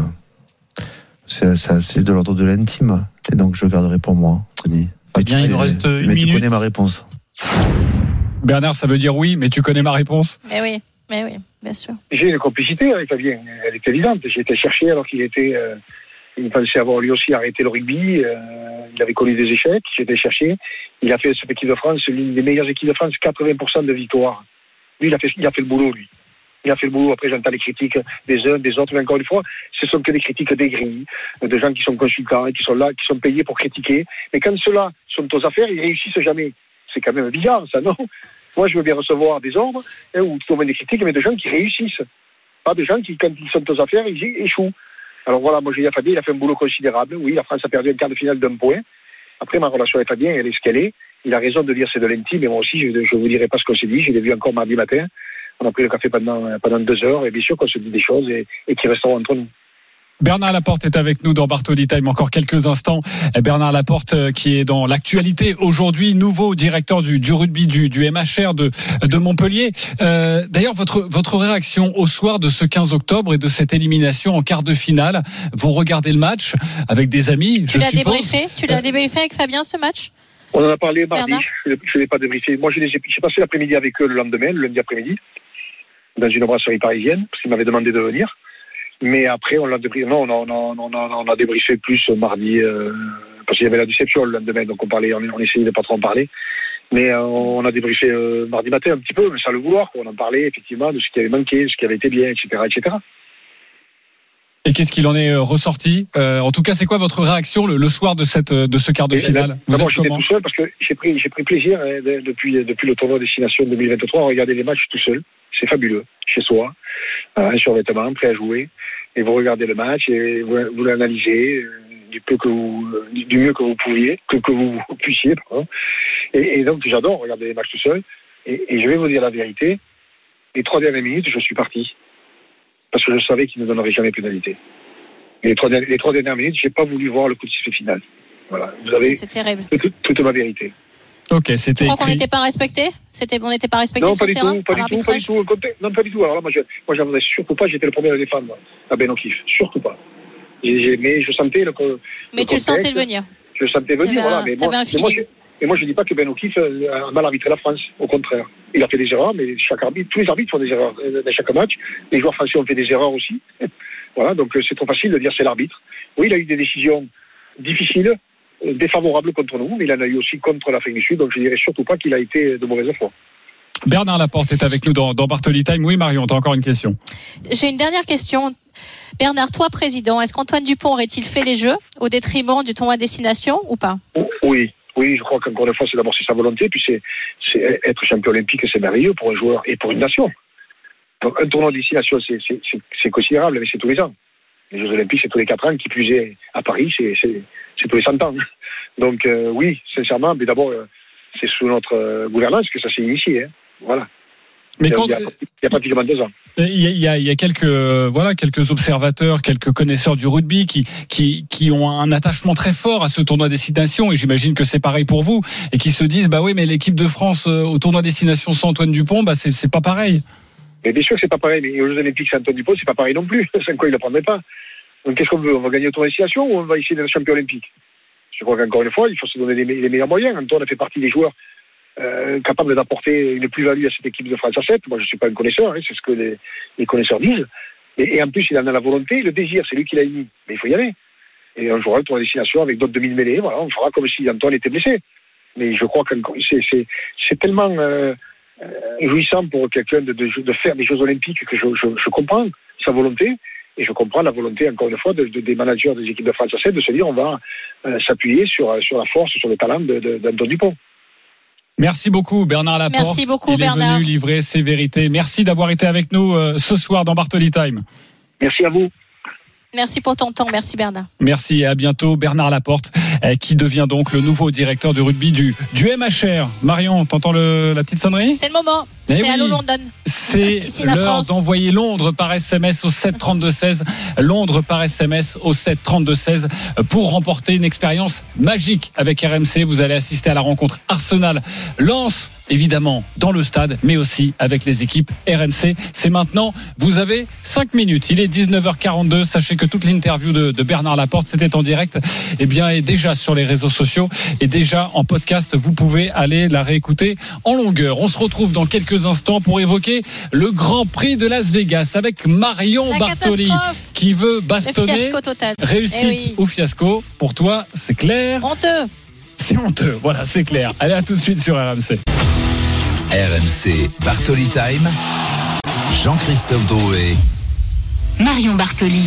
c'est de l'ordre de l'intime et donc je garderai pour moi, Denis. Bien, il nous reste une minute. Tu connais ma réponse. Bernard, ça veut dire oui, mais tu connais ma réponse ? Mais oui, bien sûr. J'ai une complicité avec Fabien, elle est évidente. J'ai été chercher alors qu'il pensait avoir lui aussi arrêté le rugby. Il avait connu des échecs. J'ai été chercher. Il a fait cette équipe de France, l'une des meilleures équipes de France, 80% de victoires. Lui, il a fait le boulot, lui. Il a fait le boulot. Après, j'entends les critiques des uns, des autres. Mais encore une fois, ce sont que des critiques d'aigris, de gens qui sont consultants et qui sont là, qui sont payés pour critiquer. Mais quand ceux-là sont aux affaires, ils réussissent jamais. C'est quand même bizarre, ça, non ? Moi, je veux bien recevoir des ordres, ou tout au moins des critiques, mais de gens qui réussissent. Pas de gens qui, quand ils sont aux affaires, ils échouent. Alors voilà, moi, j'ai dit à Fabien, il a fait un boulot considérable. Oui, la France a perdu un quart de finale d'1 point. Après, ma relation avec Fabien, elle est ce qu'elle est. Il a raison de dire c'est de l'intime, mais moi aussi, je ne vous dirai pas ce qu'on s'est dit. Je l'ai vu encore mardi matin. On a pris le café pendant 2 heures, et bien sûr qu'on se dit des choses et qui resteront entre nous. Bernard Laporte est avec nous dans Bartoli Time encore quelques instants. Bernard Laporte qui est dans l'actualité aujourd'hui, nouveau directeur du rugby du MHR de Montpellier. D'ailleurs, votre réaction au soir de ce 15 octobre et de cette élimination en quart de finale, vous regardez le match avec des amis, Tu l'as débriefé avec Fabien ce match ? On en a parlé mardi, je ne l'ai pas débriefé. Moi, j'ai passé l'après-midi avec eux le lendemain, le lundi après-midi, dans une brasserie parisienne, parce qu'ils m'avaient demandé de venir. Mais après, on l'a débriefé. Non, on a débriefé plus mardi, parce qu'il y avait la déception le lendemain, donc on essayait de pas trop en parler. Mais on a débriefé mardi matin un petit peu, mais sans le vouloir. On en parlait effectivement de ce qui avait manqué, ce qui avait été bien, etc., etc. Et qu'est-ce qu'il en est ressorti ? En tout cas, c'est quoi votre réaction le soir de ce quart de finale ? D'abord, j'étais tout seul parce que j'ai pris plaisir depuis le tournoi Destination 2023 à regarder les matchs tout seul. C'est fabuleux, chez soi, un survêtement, prêt à jouer. Et vous regardez le match et vous l'analysez du mieux que vous pouviez, que vous puissiez. Pardon. Et donc, j'adore regarder les matchs tout seul. Et je vais vous dire la vérité, les 3 dernières minutes, je suis parti. Parce que je savais qu'il ne donnerait jamais pénalité. Et les 3 dernières minutes, j'ai pas voulu voir le coup de sifflet final. Voilà, vous avez toute ma vérité. Ok, c'était. Tu crois qu'on n'était pas respecté ? On n'était pas respecté sur le terrain par l'arbitrage ? Non, pas du tout. Alors là, moi, j'aimerais surtout pas. J'étais le premier à le défendre à Ben O'Keefe. Surtout pas. Mais je sentais Mais tu le sentais venir. Je le sentais venir, voilà. Mais moi, je ne dis pas que Ben O'Keefe a mal arbitré la France. Au contraire. Il a fait des erreurs, mais tous les arbitres font des erreurs dans chaque match. Les joueurs français ont fait des erreurs aussi. Voilà, donc c'est trop facile de dire c'est l'arbitre. Oui, il a eu des décisions difficiles, défavorables contre nous, mais il en a eu aussi contre l'Afrique du Sud, donc je ne dirais surtout pas qu'il a été de mauvaise foi. Bernard Laporte est avec nous dans Bartoli Time. Oui, Marion, tu as encore une question. J'ai une dernière question. Bernard, toi, président, est-ce qu'Antoine Dupont aurait-il fait les Jeux au détriment du tournoi destination ou pas ? Oui, je crois qu'encore une fois, c'est sa volonté, puis c'est être champion olympique, c'est merveilleux pour un joueur et pour une nation. Donc, un tournoi de destination, c'est considérable, mais c'est tous les ans. Les Jeux Olympiques, c'est tous les 4 ans, qui plus est à Paris, c'est tous les 100 ans. Donc, oui, sincèrement, mais d'abord, c'est sous notre gouvernance que ça s'est initié. Hein. Voilà. Mais il y a pratiquement 2 ans. Il y a quelques observateurs, quelques connaisseurs du rugby qui ont un attachement très fort à ce tournoi destination, et j'imagine que c'est pareil pour vous, et qui se disent bah oui, mais l'équipe de France au tournoi destination sans Antoine Dupont, bah c'est pas pareil. Mais bien sûr que c'est pas pareil, mais aux Jeux Olympiques sans Antoine Dupont, c'est pas pareil non plus. Sans quoi il ne le prendrait pas. Donc qu'est-ce qu'on veut ? On va gagner au tournoi destination ou on va essayer d'être champion olympique ? Je crois qu'encore une fois, il faut se donner les meilleurs moyens. Antoine a fait partie des joueurs capable d'apporter une plus-value à cette équipe de France à 7. Moi, je ne suis pas un connaisseur, c'est ce que les connaisseurs disent. Et en plus, il en a la volonté, le désir, c'est lui qui l'a émis. Mais il faut y aller. Et on jouera le tour de destination avec d'autres demi-mêlées. Voilà, on fera comme si Antoine était blessé. Mais je crois que c'est tellement jouissant pour quelqu'un de faire des Jeux Olympiques que je comprends sa volonté. Et je comprends la volonté, encore une fois, des managers des équipes de France à 7 de se dire on va s'appuyer sur la force, sur le talent d'Antoine Dupont. Merci beaucoup Bernard Laporte. Merci beaucoup Bernard. Il est venu livrer ses vérités. Merci d'avoir été avec nous ce soir dans Bartoli Time. Merci à vous. Merci pour ton temps, merci Bernard. Merci et à bientôt. Bernard Laporte qui devient donc le nouveau directeur du rugby du MHR. Marion, t'entends la petite sonnerie ? C'est le moment, c'est Allo London. C'est l'heure d'envoyer Londres par SMS au 732-16. Londres par SMS au 732-16 pour remporter une expérience magique avec RMC. Vous allez assister à la rencontre Arsenal-Lens, évidemment dans le stade, mais aussi avec les équipes RMC. C'est maintenant, vous avez 5 minutes. Il est 19h42. Sachez que toute l'interview de Bernard Laporte, c'était en direct, est déjà sur les réseaux sociaux et déjà en podcast. Vous pouvez aller la réécouter en longueur. On se retrouve dans quelques instants pour évoquer le Grand Prix de Las Vegas avec Marion Bartoli qui veut bastonner. Fiasco total. Réussite ou fiasco? Pour toi, c'est clair? Honteux. C'est honteux, voilà, c'est clair. Allez, à tout de suite sur RMC. RMC Bartoli Time. Jean-Christophe Drouet. Marion Bartoli.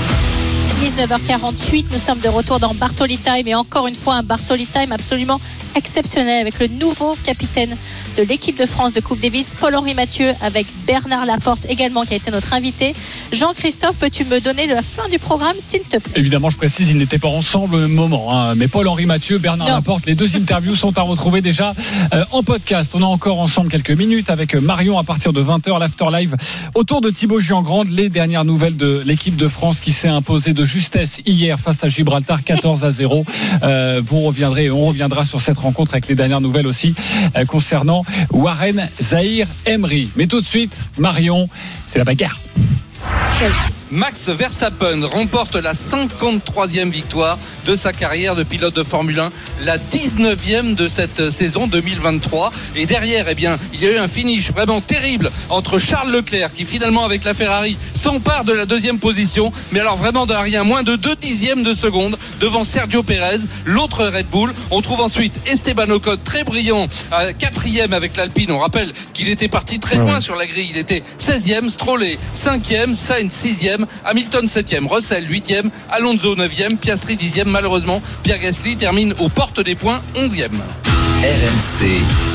19h48, nous sommes de retour dans Bartoli Time et encore une fois un Bartoli Time absolument exceptionnel avec le nouveau capitaine de l'équipe de France de Coupe Davis, Paul-Henri Mathieu, avec Bernard Laporte également qui a été notre invité. Jean-Christophe, peux-tu me donner la fin du programme s'il te plaît? Évidemment, je précise, ils n'étaient pas ensemble au même moment, mais Paul-Henri Mathieu, Bernard Laporte, les 2 interviews sont à retrouver déjà en podcast. On a encore ensemble quelques minutes avec Marion à partir de 20h, l'After Live autour de Thibaut Giangrande, les dernières nouvelles de l'équipe de France qui s'est imposée de justesse hier face à Gibraltar 14-0. On reviendra sur cette rencontre avec les dernières nouvelles aussi concernant Warren Zahir Emery. Mais tout de suite, Marion, c'est la bagarre. Max Verstappen remporte la 53e victoire de sa carrière de pilote de Formule 1, la 19e de cette saison 2023. Et derrière, il y a eu un finish vraiment terrible entre Charles Leclerc qui finalement avec la Ferrari s'empare de la 2e position, mais alors vraiment de rien, moins de 2 dixièmes de seconde devant Sergio Pérez, l'autre Red Bull. On trouve ensuite Esteban Ocon très brillant à 4e avec l'Alpine. On rappelle qu'il était parti très loin sur la grille, il était 16e, Stroll 5e, Sainz 6e, Hamilton 7e, Russell 8e, Alonso 9e, Piastri 10e. Malheureusement, Pierre Gasly termine aux portes des points 11e. RMC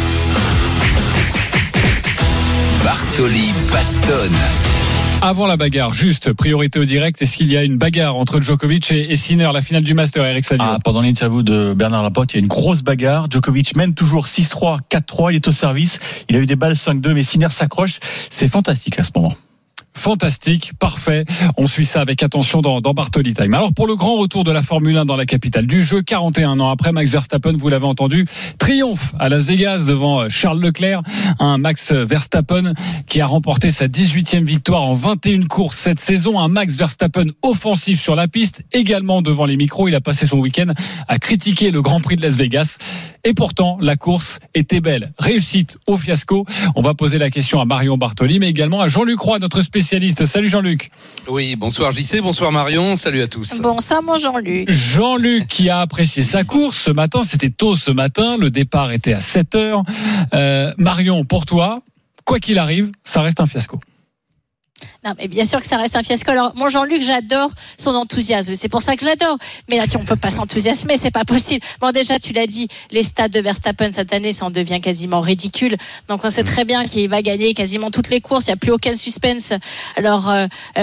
Bartoli bastonne. Avant la bagarre, juste priorité au direct, est-ce qu'il y a une bagarre entre Djokovic et Sinner, la finale du Master, Eric Salio? Pendant l'interview de Bernard Laporte, il y a une grosse bagarre. Djokovic mène toujours 6-3, 4-3, il est au service. Il a eu des balles 5-2, mais Sinner s'accroche. C'est fantastique à ce moment. fantastique, parfait. On suit ça avec attention dans Bartoli Time. Alors pour le grand retour de la Formule 1 dans la capitale du jeu, 41 ans après, Max Verstappen, vous l'avez entendu, triomphe à Las Vegas devant Charles Leclerc. Un Max Verstappen qui a remporté sa 18e victoire en 21 courses cette saison. Un Max Verstappen offensif sur la piste, également devant les micros. Il a passé son week-end à critiquer le Grand Prix de Las Vegas. Et pourtant, la course était belle. Réussite au fiasco. On va poser la question à Marion Bartoli, mais également à Jean-Luc Roy, notre spécialiste. Salut Jean-Luc. Oui, bonsoir JC, bonsoir Marion, salut à tous. Bonsoir mon Jean-Luc. Jean-Luc qui a apprécié sa course ce matin, c'était tôt ce matin, le départ était à 7h. Marion, pour toi, quoi qu'il arrive, ça reste un fiasco. Non, mais bien sûr que ça reste un fiasco. Alors, mon Jean-Luc, j'adore son enthousiasme. C'est pour ça que je l'adore. Mais là, on peut pas s'enthousiasmer, c'est pas possible. Bon, déjà, tu l'as dit, les stats de Verstappen cette année, ça en devient quasiment ridicule. Donc, on sait très bien qu'il va gagner quasiment toutes les courses. Il n'y a plus aucun suspense. Alors,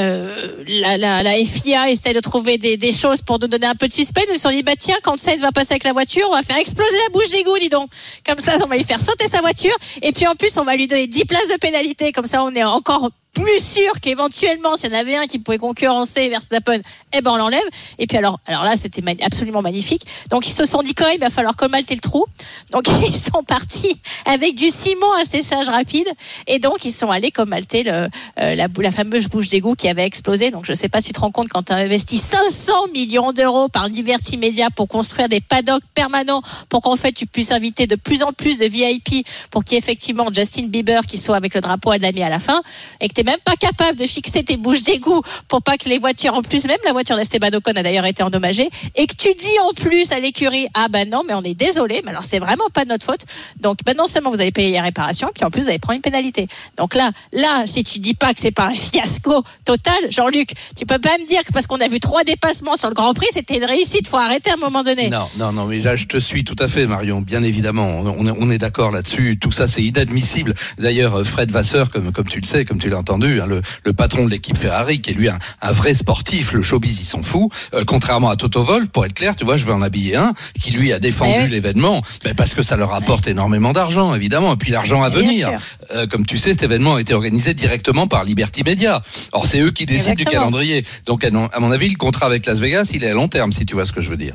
la FIA essaie de trouver des choses pour nous donner un peu de suspense. Ils se sont dit, bah tiens, quand Sainz va passer avec la voiture, on va faire exploser la bouche d'égout, dis donc. Comme ça, on va lui faire sauter sa voiture. Et puis, en plus, on va lui donner 10 places de pénalité. Comme ça, on est encore plus sûr qu'éventuellement, s'il y en avait un qui pouvait concurrencer Verstappen, eh ben on l'enlève. Et puis alors là, c'était absolument magnifique. Donc ils se sont dit quand même, il va falloir colmater le trou. Donc ils sont partis avec du ciment à séchage rapide. Et donc ils sont allés colmater la fameuse bouche d'égout qui avait explosé. Donc je sais pas si tu te rends compte, quand tu as investi 500 millions d'euros par Liberty Media pour construire des paddocks permanents, pour qu'en fait tu puisses inviter de plus en plus de VIP, pour qu'il y ait effectivement Justin Bieber qui soit avec le drapeau à l'ami à la fin, et que tu même pas capable de fixer tes bouches d'égout pour pas que les voitures, en plus, même la voiture d'Esteban Ocon a d'ailleurs été endommagée, et que tu dis en plus à l'écurie, ah ben non, mais on est désolé, mais alors c'est vraiment pas de notre faute. Donc non seulement vous allez payer les réparations, puis en plus vous allez prendre une pénalité. Donc là, si tu dis pas que c'est pas un fiasco total, Jean-Luc, tu peux pas me dire que parce qu'on a vu 3 dépassements sur le Grand Prix, c'était une réussite. Faut arrêter à un moment donné. Non, mais là je te suis tout à fait, Marion. Bien évidemment, on est d'accord là-dessus. Tout ça c'est inadmissible. D'ailleurs, Fred Vasseur, comme tu le sais, comme tu l'as entendu, le patron de l'équipe Ferrari, qui est lui un vrai sportif, le showbiz il s'en fout, contrairement à Toto Wolff, pour être clair, tu vois, je vais en habiller un qui lui a défendu l'événement, parce que ça leur apporte énormément d'argent, évidemment, et puis l'argent à venir. Comme tu sais, cet événement a été organisé directement par Liberty Media. Or c'est eux qui décident du calendrier. Donc à mon avis, le contrat avec Las Vegas, il est à long terme, si tu vois ce que je veux dire.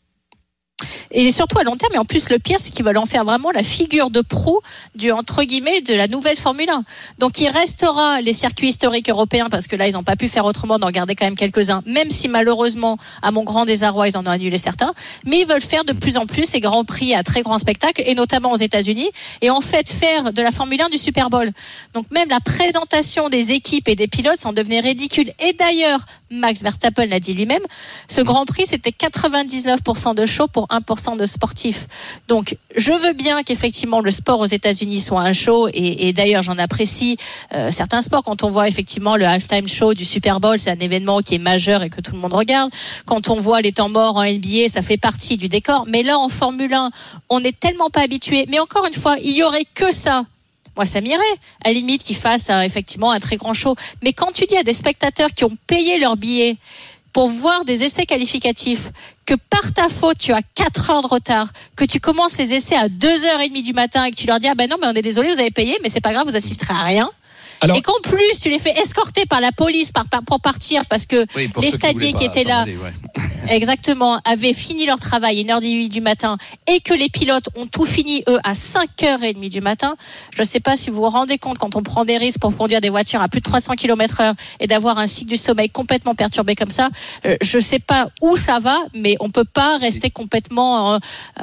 Et surtout à long terme, et en plus le pire, c'est qu'ils veulent en faire vraiment la figure de proue entre guillemets de la nouvelle Formule 1. Donc il restera les circuits historiques européens, parce que là ils n'ont pas pu faire autrement d'en garder quand même quelques-uns, même si malheureusement à mon grand désarroi ils en ont annulé certains, mais ils veulent faire de plus en plus ces grands prix à très grand spectacle, et notamment aux États-Unis, et en fait faire de la Formule 1 du Super Bowl. Donc même la présentation des équipes et des pilotes s'en devenait ridicule. Et d'ailleurs Max Verstappen l'a dit lui-même, ce Grand Prix c'était 99% de show pour 1% de sportifs. Donc je veux bien qu'effectivement le sport aux États-Unis soit un show, et d'ailleurs j'en apprécie certains sports. Quand on voit effectivement le halftime show du Super Bowl, c'est un événement qui est majeur et que tout le monde regarde. Quand on voit les temps morts en NBA, ça fait partie du décor. Mais là en Formule 1, on n'est tellement pas habitué. Mais encore une fois, il y aurait que ça. Moi, ça m'irait, à la limite, qu'ils fassent effectivement un très grand show. Mais quand tu dis à des spectateurs qui ont payé leur billet pour voir des essais qualificatifs, que par ta faute, tu as 4 heures de retard, que tu commences les essais à 2h30 du matin et que tu leur dis, ah ben non, mais on est désolé, vous avez payé, mais c'est pas grave, vous assisterez à rien. Alors, et qu'en plus, tu les fais escorter par la police pour partir, parce que les stadiers qui étaient là, exactement, avaient fini leur travail à 1h18 du matin, et que les pilotes ont tout fini, eux, à 5h30 du matin. Je ne sais pas si vous vous rendez compte, quand on prend des risques pour conduire des voitures à plus de 300 km/h et d'avoir un cycle du sommeil complètement perturbé comme ça, je ne sais pas où ça va, mais on ne peut pas rester complètement...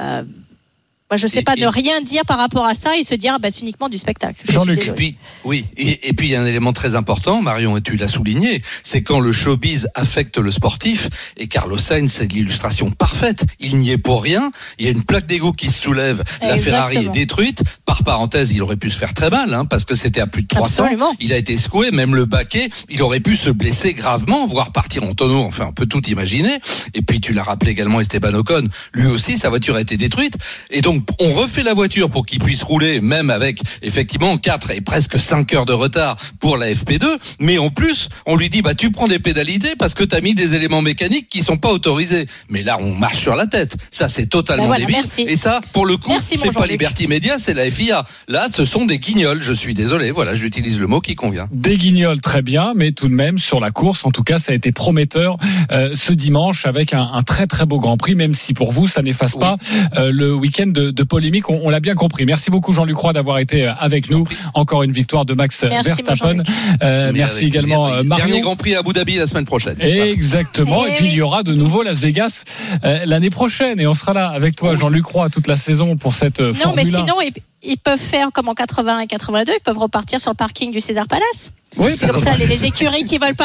Moi, je ne sais pas, ne rien dire par rapport à ça et se dire, c'est uniquement du spectacle. Jean-Luc. Et puis il y a un élément très important, Marion, et tu l'as souligné, c'est quand le showbiz affecte le sportif, et Carlos Sainz, c'est l'illustration parfaite. Il n'y est pour rien. Il y a une plaque d'égout qui se soulève. La Ferrari est détruite. Par parenthèse, il aurait pu se faire très mal, parce que c'était à plus de 300. Absolument. Il a été secoué, même le baquet. Il aurait pu se blesser gravement, voire partir en tonneau. Enfin, on peut tout imaginer. Et puis, tu l'as rappelé également, Esteban Ocon. Lui aussi, sa voiture a été détruite. Et donc, Donc on refait la voiture pour qu'il puisse rouler, même avec effectivement 4 et presque 5 heures de retard pour la FP2, mais en plus on lui dit tu prends des pénalités parce que t'as mis des éléments mécaniques qui sont pas autorisés. Mais là on marche sur la tête, ça c'est totalement débile. Merci. Et ça pour le coup merci, c'est pas Liberty Media, c'est la FIA. Là ce sont des guignols, je suis désolé, voilà, j'utilise le mot qui convient. Des guignols, très bien, mais tout de même sur la course, en tout cas ça a été prometteur ce dimanche avec un très très beau Grand Prix, même si pour vous ça n'efface pas le week-end de polémique, on l'a bien compris. Merci beaucoup Jean-Luc Roy d'avoir été avec nous. Encore une victoire de Max Verstappen. Merci également Marion. Dernier Grand Prix à Abu Dhabi la semaine prochaine. Exactement. Et puis il y aura de nouveau Las Vegas l'année prochaine et on sera là avec toi Jean-Luc Roy toute la saison pour cette Formule 1. Non, mais sinon ils peuvent faire comme en 81 et 82, ils peuvent repartir sur le parking du César Palace. Oui, c'est comme ça, les écuries qui veulent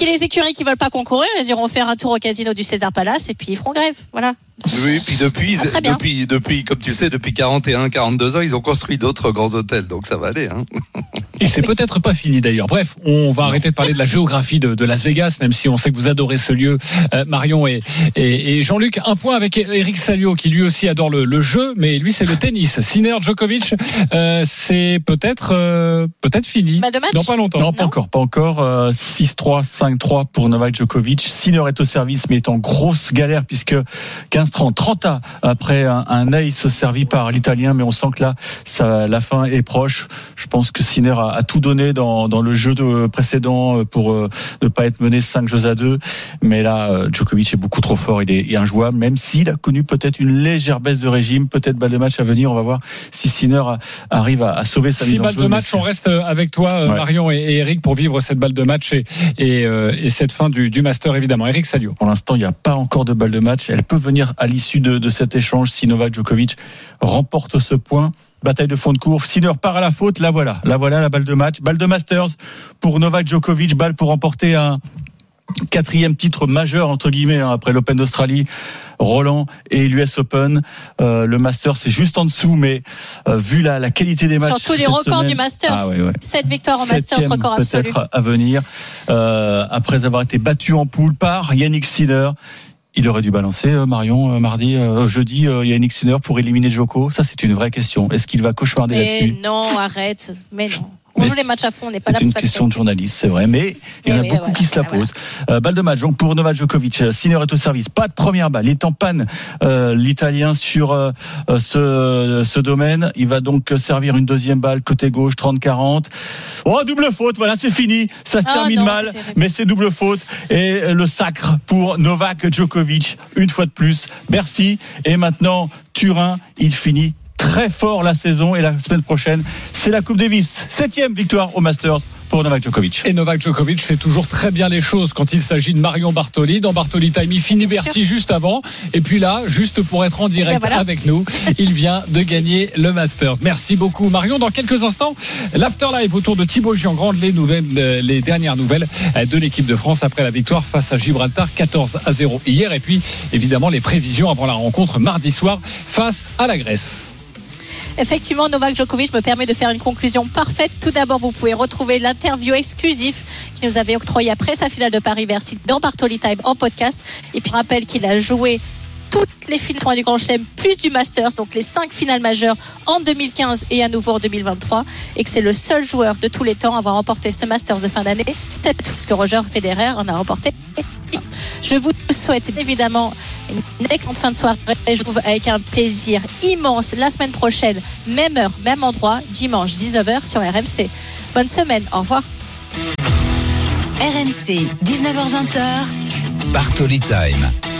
pas concourir, ils iront faire un tour au casino du César Palace et puis ils feront grève. Voilà. Oui, puis depuis, comme tu le sais, depuis 41, 42 ans, ils ont construit d'autres grands hôtels, donc ça va aller. Et c'est peut-être pas fini d'ailleurs. Bref, on va arrêter de parler de la géographie de Las Vegas, même si on sait que vous adorez ce lieu, Marion et Jean-Luc. Un point avec Eric Salio, qui lui aussi adore le jeu, mais lui c'est le tennis. Sinner, Djokovic, c'est peut-être fini. Balle de match ? Dans pas longtemps. Non, pas encore. 6-3, 5-3 pour Novak Djokovic. Sinner est au service, mais est en grosse galère puisque 15-30 après un ace servi par l'Italien, mais on sent que là, la fin est proche. Je pense que Sinner a tout donné dans le jeu précédent pour ne pas être mené 5-2. Mais là, Djokovic est beaucoup trop fort, il est injouable, même s'il a connu peut-être une légère baisse de régime, peut-être balle de match à venir. On va voir si Sinner arrive à sauver sa mise en jeu. 6 balles de match, on reste avec toi, Marion et Eric, pour vivre cette balle de match et cette fin du Master, évidemment. Eric Salio. Pour l'instant, il n'y a pas encore de balle de match. Elle peut venir à l'issue de cet échange si Novak Djokovic remporte ce point. Bataille de fond de course. Sinner part à la faute. La voilà, la balle de match. Balle de Masters pour Novak Djokovic. Balle pour remporter un 4e titre majeur, entre guillemets, après l'Open d'Australie, Roland et l'US Open. Le Masters, c'est juste en dessous, mais vu la qualité des matchs. Surtout les records du Masters. 7 victoires en Masters, record absolu. Peut-être à venir. Après avoir été battu en poule par Yannick Sinner. Il aurait dû balancer, Marion, jeudi, Yannick Sinner pour éliminer Djoko. Ça, c'est une vraie question. Est-ce qu'il va cauchemarder là-dessus ? Non, arrête. Mais non. On joue les matchs à fond, on n'est pas là pour c'est une question de journaliste, c'est vrai, mais il y en a beaucoup qui se la posent. Balle de match donc pour Novak Djokovic. Sinner est au service, pas de première balle. Il est en panne, l'Italien, sur ce domaine. Il va donc servir une deuxième balle côté gauche, 30-40. Oh, double faute, voilà, c'est fini. Ça se termine mal, mais c'est double faute. Et le sacre pour Novak Djokovic, une fois de plus. Bercy, et maintenant Turin, il finit très fort la saison et la semaine prochaine, c'est la Coupe Davis. 7e victoire au Masters pour Novak Djokovic. Et Novak Djokovic fait toujours très bien les choses quand il s'agit de Marion Bartoli. Dans Bartoli Time, il finit Bercy juste avant. Et puis là, juste pour être en direct avec nous, il vient de gagner le Masters. Merci beaucoup Marion. Dans quelques instants, l'Afterlife autour de Thibaut Giangrande, les dernières nouvelles de l'équipe de France après la victoire face à Gibraltar 14-0 hier. Et puis évidemment les prévisions avant la rencontre mardi soir face à la Grèce. Effectivement, Novak Djokovic me permet de faire une conclusion parfaite. Tout d'abord, vous pouvez retrouver l'interview exclusive qu'il nous avait octroyée après sa finale de Paris-Bercy dans Bartoli Time en podcast. Et puis, je rappelle qu'il a joué toutes les finales du Grand Chelem plus du Masters, donc les 5 finales majeures en 2015 et à nouveau en 2023, et que c'est le seul joueur de tous les temps à avoir remporté ce Masters de fin d'année, parce que Roger Federer en a remporté. Je vous souhaite évidemment une excellente fin de soirée. Je vous trouve avec un plaisir immense la semaine prochaine, même heure, même endroit, dimanche 19h sur RMC. Bonne semaine, au revoir. RMC, 19h-20h. Bartoli Time.